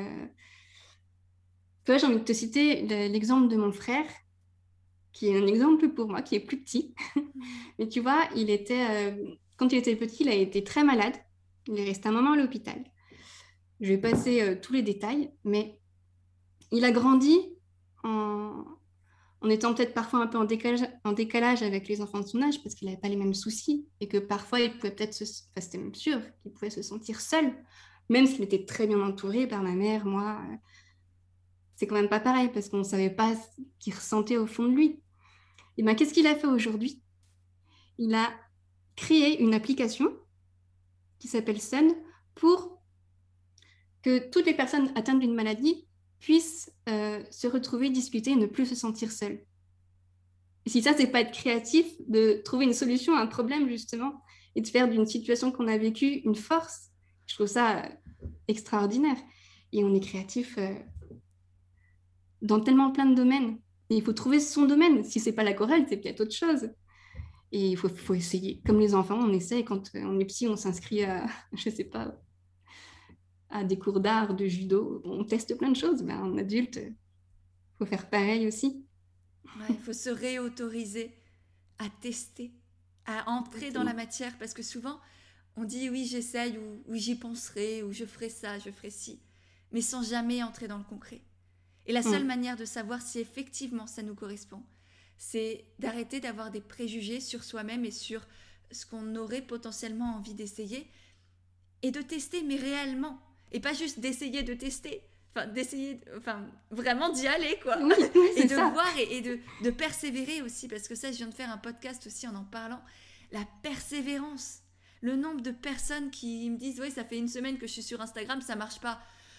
Toi, j'ai envie de te citer l'exemple de mon frère, qui est un exemple pour moi, qui est plus petit. Mm. Mais tu vois, quand il était petit, il a été très malade. Il est resté un moment à l'hôpital. Je vais passer tous les détails, mais il a grandi en, en étant peut-être parfois un peu en décalage avec les enfants de son âge parce qu'il n'avait pas les mêmes soucis et que parfois il pouvait peut-être enfin, c'était même sûr qu'il pouvait se sentir seul, même s'il était très bien entouré par ma mère, moi. C'est quand même pas pareil parce qu'on ne savait pas ce qu'il ressentait au fond de lui. Et bien, qu'est-ce qu'il a fait aujourd'hui? Il a créé une application qui s'appelle Sun pour que toutes les personnes atteintes d'une maladie puissent se retrouver, discuter et ne plus se sentir seules. Et si ça, c'est pas être créatif, de trouver une solution à un problème, justement, et de faire d'une situation qu'on a vécue une force, je trouve ça extraordinaire. Et on est créatif dans tellement plein de domaines. Et il faut trouver son domaine. Si c'est pas l'aquarelle, c'est peut-être autre chose. Et il faut essayer. Comme les enfants, on essaye. Quand on est petit, on s'inscrit à, je sais pas, à des cours d'art, de judo. On teste plein de choses. Ben, en adulte, il faut faire pareil aussi. Ouais, il faut se réautoriser à tester, à entrer dans la matière, parce que souvent, on dit oui, j'essaye, ou oui, j'y penserai, ou je ferai ça, je ferai ci, mais sans jamais entrer dans le concret. Et la seule manière de savoir si effectivement ça nous correspond, c'est d'arrêter d'avoir des préjugés sur soi-même et sur ce qu'on aurait potentiellement envie d'essayer, et de tester, mais réellement, et pas juste d'essayer de tester, vraiment d'y aller, quoi. Oui, oui, et de ça. voir et de persévérer aussi, parce que ça, je viens de faire un podcast aussi en parlant, la persévérance. Le nombre de personnes qui me disent « Oui, ça fait une semaine que je suis sur Instagram, ça marche pas. »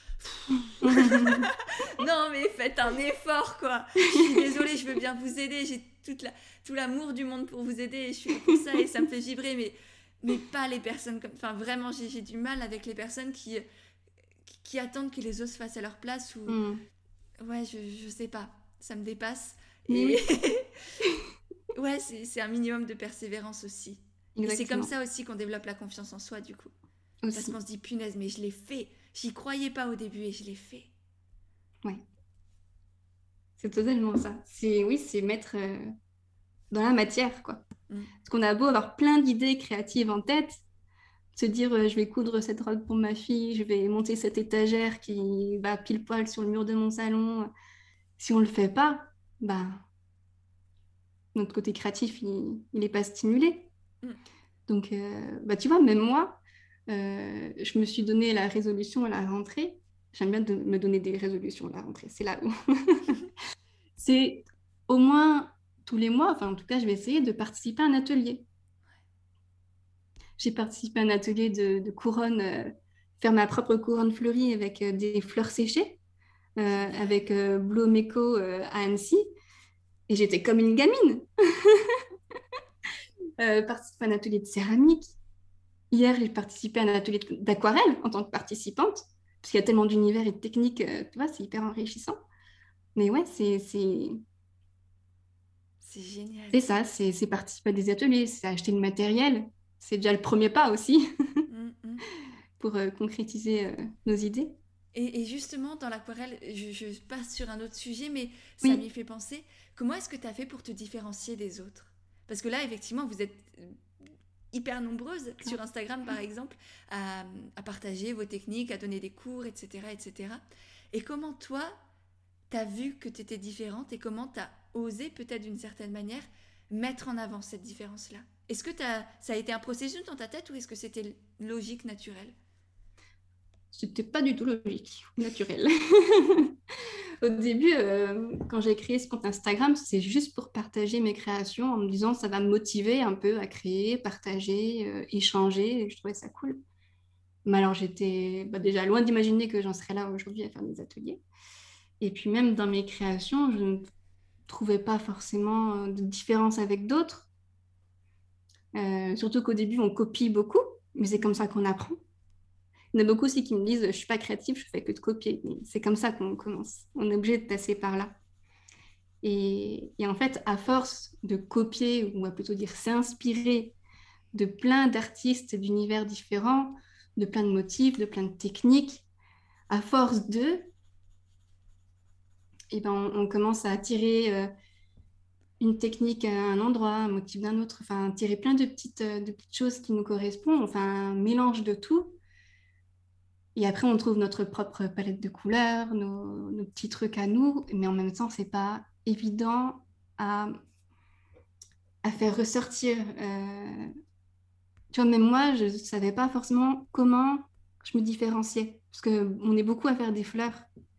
Non, mais faites un effort, quoi. Je suis désolée, je veux bien vous aider. J'ai tout l'amour du monde pour vous aider. Et je suis là pour ça et ça me fait vibrer. Mais pas les personnes comme... Enfin, vraiment, j'ai du mal avec les personnes qui attendent que les autres fassent à leur place. Ou... Ouais, je sais pas. Ça me dépasse. Et ouais, c'est un minimum de persévérance aussi. Exactement. Et c'est comme ça aussi qu'on développe la confiance en soi, du coup. Aussi. Parce qu'on se dit, punaise, mais je l'ai fait. J'y croyais pas au début et je l'ai fait. Ouais. C'est totalement ça. C'est mettre dans la matière, quoi. Parce qu'on a beau avoir plein d'idées créatives en tête, se dire je vais coudre cette robe pour ma fille, je vais monter cette étagère qui va pile poil sur le mur de mon salon. Si on le fait pas, notre côté créatif, il n'est pas stimulé. Donc, tu vois, même moi, je me suis donné la résolution à la rentrée. J'aime bien me donner des résolutions à la rentrée. C'est là où... c'est au moins tous les mois, enfin en tout cas, je vais essayer de participer à un atelier. J'ai participé à un atelier de couronne, faire ma propre couronne fleurie avec des fleurs séchées, avec Blue Home Eco à Annecy. Et j'étais comme une gamine. Participer à un atelier de céramique. Hier, j'ai participé à un atelier d'aquarelle en tant que participante, parce qu'il y a tellement d'univers et de techniques, tu vois, c'est hyper enrichissant. Mais ouais, c'est génial. C'est ça, c'est participer à des ateliers, c'est acheter le matériel. C'est déjà le premier pas aussi pour concrétiser nos idées. Et justement, dans l'aquarelle, je passe sur un autre sujet, mais ça m'y fait penser. Comment est-ce que tu as fait pour te différencier des autres ? Parce que là, effectivement, vous êtes hyper nombreuses sur Instagram, par exemple, à partager vos techniques, à donner des cours, etc. etc. Et comment toi, tu as vu que tu étais différente et comment tu as osé, peut-être d'une certaine manière, mettre en avant cette différence-là ? Est-ce que ça a été un processus dans ta tête ou est-ce que c'était logique, naturel ? C'était pas du tout logique, naturel. Au début, quand j'ai créé ce compte Instagram, c'est juste pour partager mes créations en me disant ça va me motiver un peu à créer, partager, échanger. Et je trouvais ça cool. Mais alors, j'étais déjà loin d'imaginer que j'en serais là aujourd'hui à faire des ateliers. Et puis même dans mes créations, je ne trouvais pas forcément de différence avec d'autres. Surtout qu'au début, on copie beaucoup, mais c'est comme ça qu'on apprend. Il y en a beaucoup aussi qui me disent je ne suis pas créative, je ne fais que de copier. Mais c'est comme ça qu'on commence. On est obligé de passer par là. Et en fait, à force de copier, ou on va plutôt dire s'inspirer de plein d'artistes d'univers différents, de plein de motifs, de plein de techniques, à force de, on commence à attirer une technique à un endroit, un motif d'un autre, enfin, tirer plein de petites choses qui nous correspondent, enfin, un mélange de tout. Et après, on trouve notre propre palette de couleurs, nos petits trucs à nous, mais en même temps, c'est pas évident à faire ressortir. Tu vois, même moi, je ne savais pas forcément comment je me différenciais, parce qu'on est beaucoup à faire des fleurs.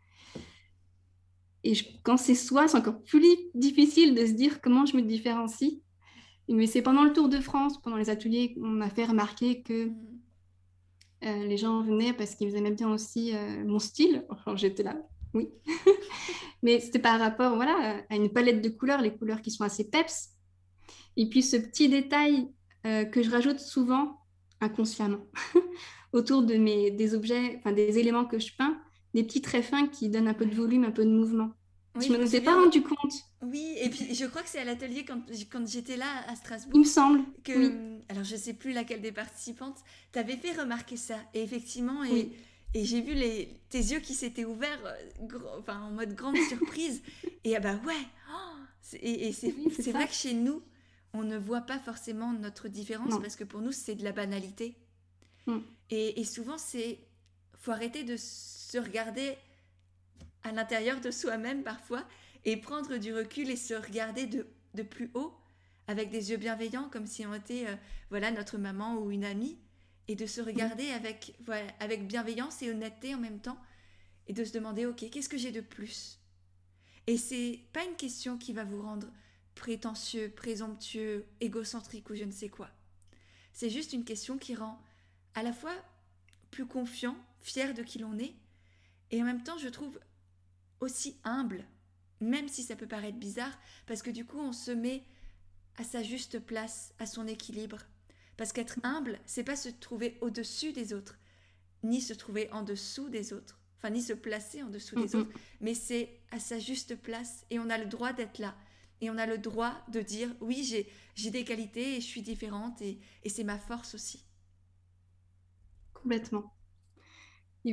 Et quand c'est soi, c'est encore plus difficile de se dire comment je me différencie. Mais c'est pendant le Tour de France, pendant les ateliers, qu'on m'a fait remarquer que les gens venaient parce qu'ils aimaient bien aussi mon style. Enfin, j'étais là, oui. Mais c'était par rapport à une palette de couleurs, les couleurs qui sont assez peps. Et puis ce petit détail que je rajoute souvent inconsciemment autour des objets, enfin des éléments que je peins, des petits traits fins qui donnent un peu de volume, un peu de mouvement. Oui, Je je me me suis pas souviens. rendu compte, Oui, et puis je crois que c'est à l'atelier quand j'étais là à il me Strasbourg semble. Oui, que, alors je sais plus laquelle des participantes, t'avait fait remarquer ça. Et effectivement, oui, et j'ai vu tes yeux qui s'étaient ouverts, enfin en mode grande surprise. Et ah bah ouais, et oui, c'est c'est vrai ça. que chez nous, on ne voit pas forcément notre différence Non. parce que pour nous, c'est de la banalité. Mm. Et souvent, faut arrêter de se regarder à l'intérieur de soi-même parfois et prendre du recul et se regarder de plus haut avec des yeux bienveillants comme si on était voilà notre maman ou une amie et de se Mm. regarder avec voilà, avec bienveillance et honnêteté en même temps et de se demander ok qu'est-ce que j'ai de plus et c'est pas une question qui va vous rendre prétentieux, présomptueux, égocentrique ou je ne sais quoi. C'est juste une question qui rend à la fois plus confiant, fier de qui l'on est et en même temps je trouve aussi humble, même si ça peut paraître bizarre, parce que du coup on se met à sa juste place, à son équilibre. Parce qu'être humble, c'est pas se trouver au-dessus des autres, ni se trouver en dessous des autres, enfin ni se placer en dessous Mm, des autres, mm. mais c'est à sa juste place et on a le droit d'être là. Et on a le droit de dire oui, j'ai des qualités et je suis différente et c'est ma force aussi. Complètement. Et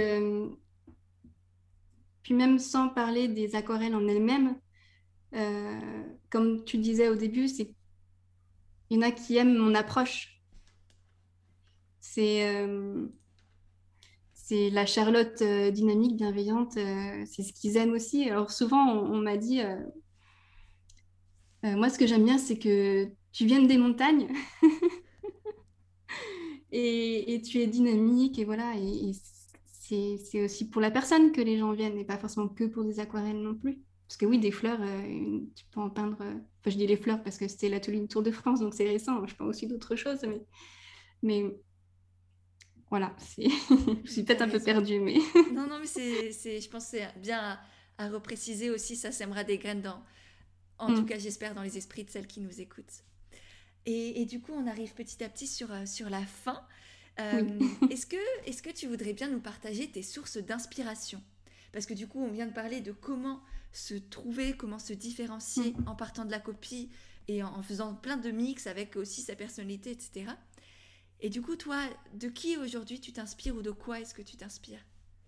puis même sans parler des aquarelles en elles-mêmes, comme tu disais au début, il y en a qui aiment mon approche. C'est c'est la Charlotte dynamique, bienveillante, c'est ce qu'ils aiment aussi. Alors souvent, on m'a dit, moi ce que j'aime bien, c'est que tu viennes des montagnes et tu es dynamique et voilà. Et c'est aussi pour la personne que les gens viennent et pas forcément que pour des aquarelles non plus. Parce que oui, Ouais. des fleurs, tu peux en peindre. Enfin, je dis les fleurs parce que c'était l'atelier du Tour de France, donc c'est récent. Je peins aussi d'autres choses, mais voilà, je suis T'as peut-être un peu raison. perdue, mais Non, non, mais je pense que c'est bien à repréciser aussi, ça sèmera des graines dans, en tout Mm. cas j'espère, dans les esprits de celles qui nous écoutent. Et du coup, on arrive petit à petit sur la fin. Oui. Est-ce que tu voudrais bien nous partager tes sources d'inspiration? Parce que du coup, on vient de parler de comment se trouver, comment se différencier Mm. en partant de la copie et en faisant plein de mix avec aussi sa personnalité, etc. Et du coup, toi, de qui aujourd'hui tu t'inspires ou de quoi est-ce que tu t'inspires?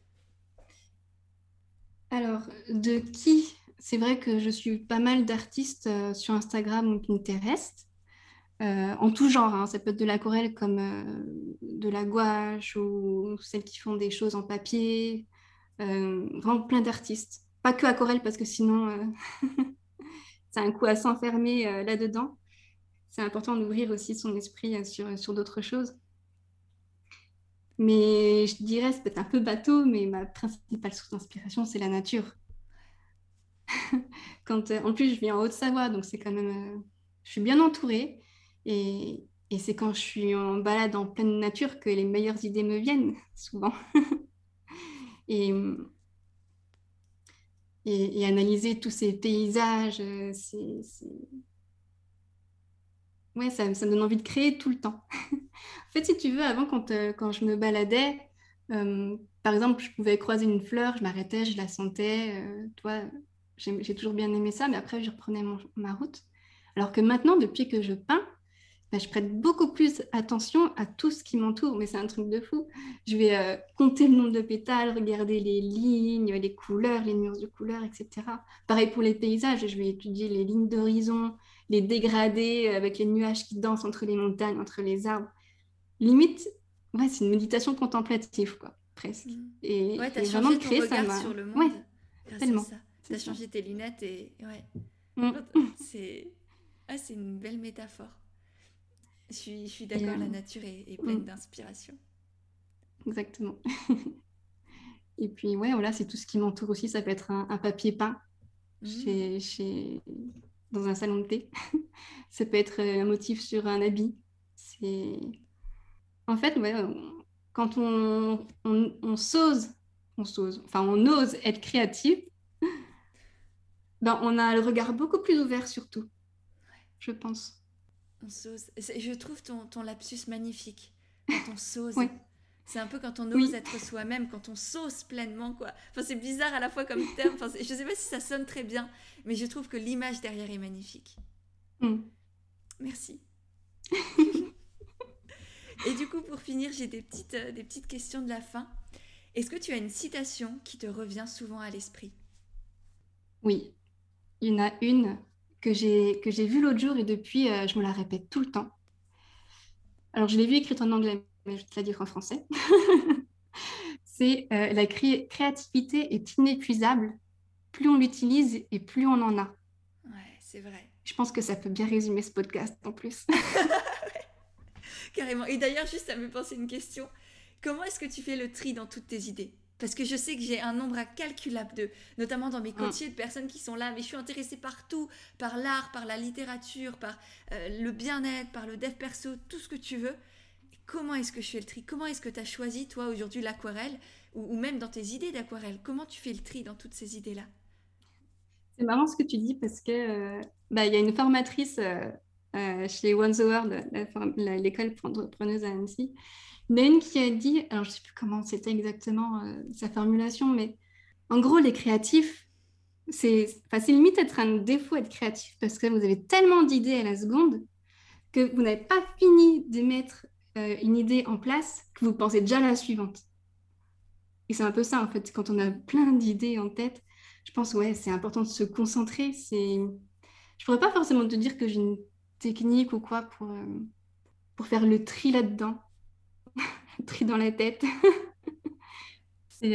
Alors, de qui? C'est vrai que je suis pas mal d'artistes sur Instagram ou Pinterest, en tout genre, hein. Ça peut être de l'aquarelle comme de la gouache ou celles qui font des choses en papier. Vraiment plein d'artistes. Pas que aquarelle parce que sinon, c'est un coup à s'enfermer là-dedans. C'est important d'ouvrir aussi son esprit sur d'autres choses. Mais je dirais, c'est peut-être un peu bateau, mais ma principale source d'inspiration, c'est la nature. En plus, je vis en Haute-Savoie, donc c'est quand même, je suis bien entourée. Et c'est quand je suis en balade en pleine nature que les meilleures idées me viennent, souvent. Et, et analyser tous ces paysages, ouais, ça me donne envie de créer tout le temps. En fait, si tu veux, avant, quand je me baladais, par exemple, je pouvais croiser une fleur, je m'arrêtais, je la sentais. Toi, j'ai toujours bien aimé ça, mais après, je reprenais ma route. Alors que maintenant, depuis que je peins, bah, je prête beaucoup plus attention à tout ce qui m'entoure, mais c'est un truc de fou. Je vais compter le nombre de pétales, regarder les lignes, les couleurs, les nuances de couleurs, etc. Pareil pour les paysages, je vais étudier les lignes d'horizon, les dégradés avec les nuages qui dansent entre les montagnes, entre les arbres. Limite, ouais, c'est une méditation contemplative, quoi, presque. Mm. Ouais, t'as Et vraiment changé le ton créer, ça regard m'a... sur le Ouais, monde grâce à tellement, ça. c'est T'as ça. changé tes lunettes et ouais. Mm. C'est c'est une belle métaphore. Je suis Et, d'accord, la nature est mm, pleine d'inspiration. exactement. Et puis, ouais, voilà, c'est tout ce qui m'entoure aussi. Ça peut être un papier peint Mm. dans un salon de thé. Ça peut être un motif sur un habit. C'est... En fait, ouais, quand enfin, on ose être créatif, ben, on a le regard beaucoup plus ouvert sur tout, je pense. On s'ose. Je trouve ton lapsus magnifique quand on s'ose. Oui, C'est un peu quand on Oui. ose être soi-même, quand on sauce pleinement, quoi. Enfin, c'est bizarre à la fois comme terme. Enfin, je sais pas si ça sonne très bien, mais je trouve que l'image derrière est magnifique. Mm. Merci. Et du coup, pour finir, j'ai des petites questions de la fin. Est-ce que tu as une citation qui te revient souvent à l'esprit? Oui, il y en a une que j'ai vue l'autre jour et depuis, je me la répète tout le temps. Alors, je l'ai vue écrite en anglais, mais je vais te la dire en français. C'est la créativité est inépuisable. Plus on l'utilise et plus on en a. Ouais, c'est vrai. Je pense que ça peut bien résumer ce podcast en plus. Carrément. Et d'ailleurs, juste ça me penser une question. Comment est-ce que tu fais le tri dans toutes tes idées? Parce que je sais que j'ai un nombre incalculable notamment dans mes Mm. coachés, de personnes qui sont là, mais je suis intéressée par tout, par l'art, par la littérature, par le bien-être, par le dev perso, tout ce que tu veux. Comment est-ce que je fais le tri? Comment est-ce que tu as choisi, toi, aujourd'hui, l'aquarelle, ou même dans tes idées d'aquarelle? Comment tu fais le tri dans toutes ces idées-là? C'est marrant ce que tu dis parce que il y a une formatrice chez One the World, l'école pour entrepreneuses à Annecy. Il y en a une qui a dit, alors je ne sais plus comment c'était exactement sa formulation, mais en gros, les créatifs, c'est limite être un défaut être créatif parce que vous avez tellement d'idées à la seconde que vous n'avez pas fini de mettre une idée en place que vous pensez déjà à la suivante. Et c'est un peu ça, en fait, quand on a plein d'idées en tête, je pense, ouais, c'est important de se concentrer. Je pourrais pas forcément te dire que j'ai une technique ou quoi pour faire le tri là-dedans, le tri dans la tête. C'est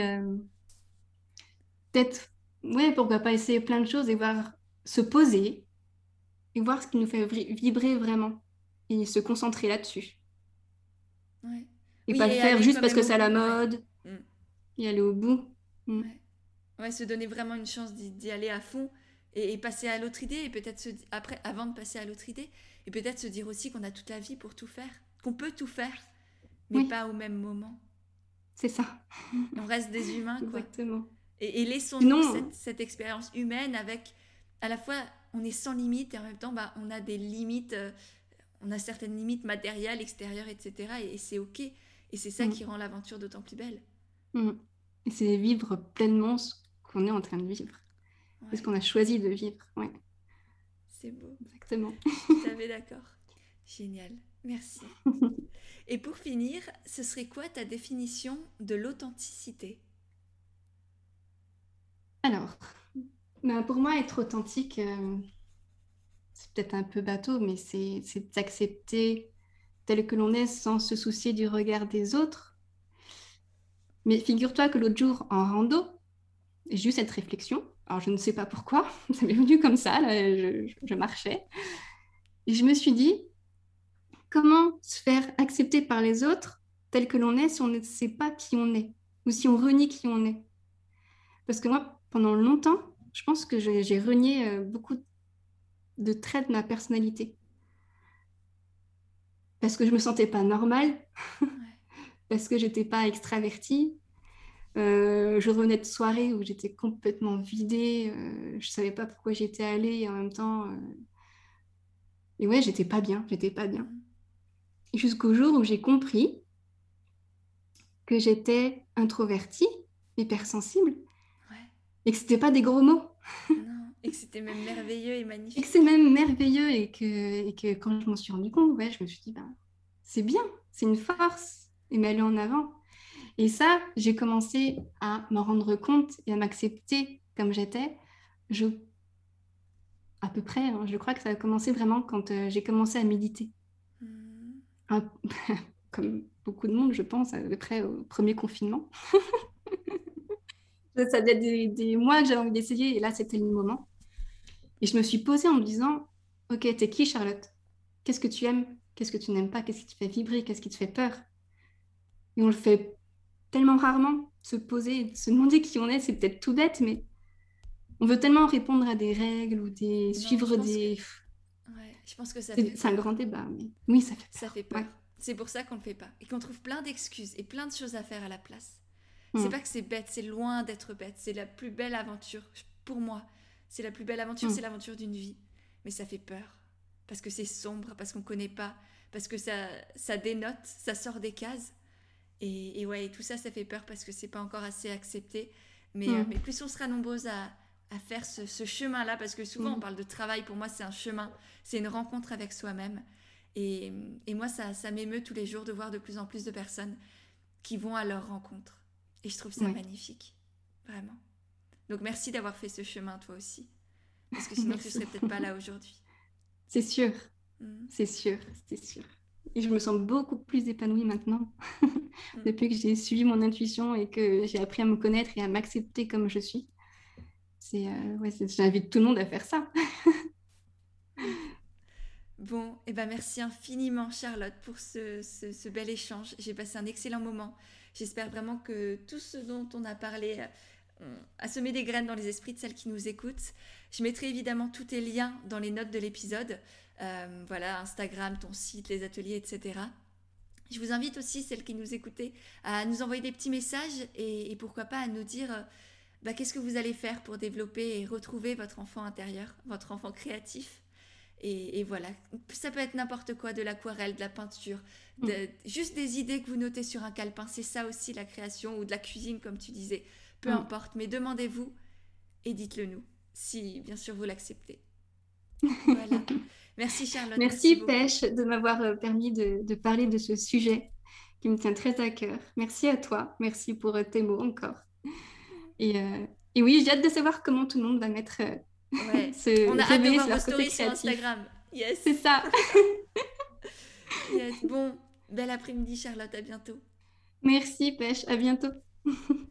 peut-être, ouais, pourquoi pas essayer plein de choses et voir, se poser et voir ce qui nous fait vibrer vraiment et se concentrer là-dessus. Ouais. Et Oui, pas le et faire aller juste quand parce même que au c'est à la bout, ouais. mode Mm. et aller au bout. Mm. Ouais. Ouais, se donner vraiment une chance d'y aller à fond et passer à l'autre idée, et peut-être après, avant de passer à l'autre idée, et peut-être se dire aussi qu'on a toute la vie pour tout faire, qu'on peut tout faire, mais Oui, pas au même moment. c'est ça, On reste des humains, quoi. exactement. Et laissons-nous Sinon, cette expérience humaine avec, à la fois, on est sans limite et en même temps, bah, on a des limites, on a certaines limites matérielles, extérieures, etc. Et c'est ok. Et c'est ça qui mm, rend l'aventure d'autant plus belle. mm. Et c'est vivre pleinement ce qu'on est en train de vivre. C'est ce Ouais, qu'on a choisi de vivre. Oui, c'est beau. exactement. Je suis tout à fait d'accord. Génial. Merci. Et pour finir, ce serait quoi ta définition de l'authenticité? Alors, pour moi, être authentique, c'est peut-être un peu bateau, mais c'est d'accepter tel que l'on est sans se soucier du regard des autres. Mais figure-toi que l'autre jour, en rando, j'ai eu cette réflexion. Alors, je ne sais pas pourquoi, ça m'est venu comme ça, là, je marchais. Et je me suis dit, comment se faire accepter par les autres tel que l'on est si on ne sait pas qui on est ou si on renie qui on est? Parce que moi, pendant longtemps, je pense que j'ai renié beaucoup de traits de ma personnalité parce que je me sentais pas normale, Ouais. parce que j'étais pas extravertie. Je revenais de soirées où j'étais complètement vidée, je savais pas pourquoi j'étais allée et en même temps, et ouais, j'étais pas bien. Mm. Et jusqu'au jour où j'ai compris que j'étais introvertie, hypersensible, Ouais. et que c'était pas des gros mots, Non. Et que c'était même merveilleux et et que c'est magnifique. même merveilleux, et que quand je m'en suis rendu compte, ouais, je me suis dit, ben, c'est bien, c'est une force, et m'aller en avant. Et ça, j'ai commencé à m'en rendre compte et à m'accepter comme j'étais. Je, à peu près, hein, je crois que ça a commencé vraiment quand j'ai commencé à méditer. Mm. Un- comme beaucoup de monde, je pense, à peu près au premier confinement. Ça faisait des mois que j'avais envie d'essayer et là, c'était le moment. Et je me suis posée en me disant, ok, t'es qui, Charlotte? Qu'est-ce que tu aimes? Qu'est-ce que tu n'aimes pas? Qu'est-ce qui te fait vibrer? Qu'est-ce qui te fait peur? Et on le fait tellement rarement, se poser, se demander qui on est, c'est peut-être tout bête, mais on veut tellement répondre à des règles ou Non, je suivre pense que, des... ouais, je pense que ça fait C'est un peur. grand débat, mais oui, ça fait Ça peur. fait peur. Ouais. C'est pour ça qu'on ne le fait pas. Et qu'on trouve plein d'excuses et plein de choses à faire à la place. C'est Mm, pas que c'est bête, c'est loin d'être bête. C'est la plus belle aventure. Pour moi, c'est la plus belle aventure, c'est mm, l'aventure d'une vie. Mais ça fait peur. Parce que c'est sombre, parce qu'on ne connaît pas, parce que ça dénote, ça sort des cases. Et ouais, et tout ça, ça fait peur parce que c'est pas encore assez accepté. Mais, Mm. mais plus on sera nombreuses à faire ce chemin-là, parce que souvent on parle de travail, pour moi c'est un chemin, c'est une rencontre avec soi-même. Et, et moi, ça m'émeut tous les jours de voir de plus en plus de personnes qui vont à leur rencontre. Et je trouve ça Ouais. magnifique, vraiment. Donc merci d'avoir fait ce chemin toi aussi, parce que sinon tu Merci. serais peut-être pas là aujourd'hui. C'est sûr, Mm, c'est sûr, c'est sûr. Et je me sens beaucoup plus épanouie maintenant, mm. depuis que j'ai suivi mon intuition et que j'ai appris à me connaître et à m'accepter comme je suis. Ouais, j'invite tout le monde à faire ça. Bon, et ben merci infiniment Charlotte pour ce bel échange. J'ai passé un excellent moment. J'espère vraiment que tout ce dont on a parlé a semé des graines dans les esprits de celles qui nous écoutent. Je mettrai évidemment tous tes liens dans les notes de l'épisode. Voilà, Instagram, ton site, les ateliers, etc. Je vous invite aussi, celles qui nous écoutaient, à nous envoyer des petits messages et pourquoi pas à nous dire qu'est-ce que vous allez faire pour développer et retrouver votre enfant intérieur, votre enfant créatif. Et voilà, ça peut être n'importe quoi, de l'aquarelle, de la peinture, juste des idées que vous notez sur un calepin. C'est ça aussi la création, ou de la cuisine comme tu disais. Peu importe, mais demandez-vous et dites-le nous, si bien sûr vous l'acceptez. Voilà. Merci Charlotte, merci Merci beaucoup. Pêche de m'avoir permis de parler de ce sujet qui me tient très à cœur. Merci à toi, merci pour tes mots encore. Et, euh, et oui, j'ai hâte de savoir comment tout le monde va mettre Ouais, on se a hâte de révéler voir sur vos leur côté stories sur créatif. Instagram. Yes. C'est ça. Yes. Bon, bel après-midi Charlotte, à bientôt. Merci Pêche, à bientôt.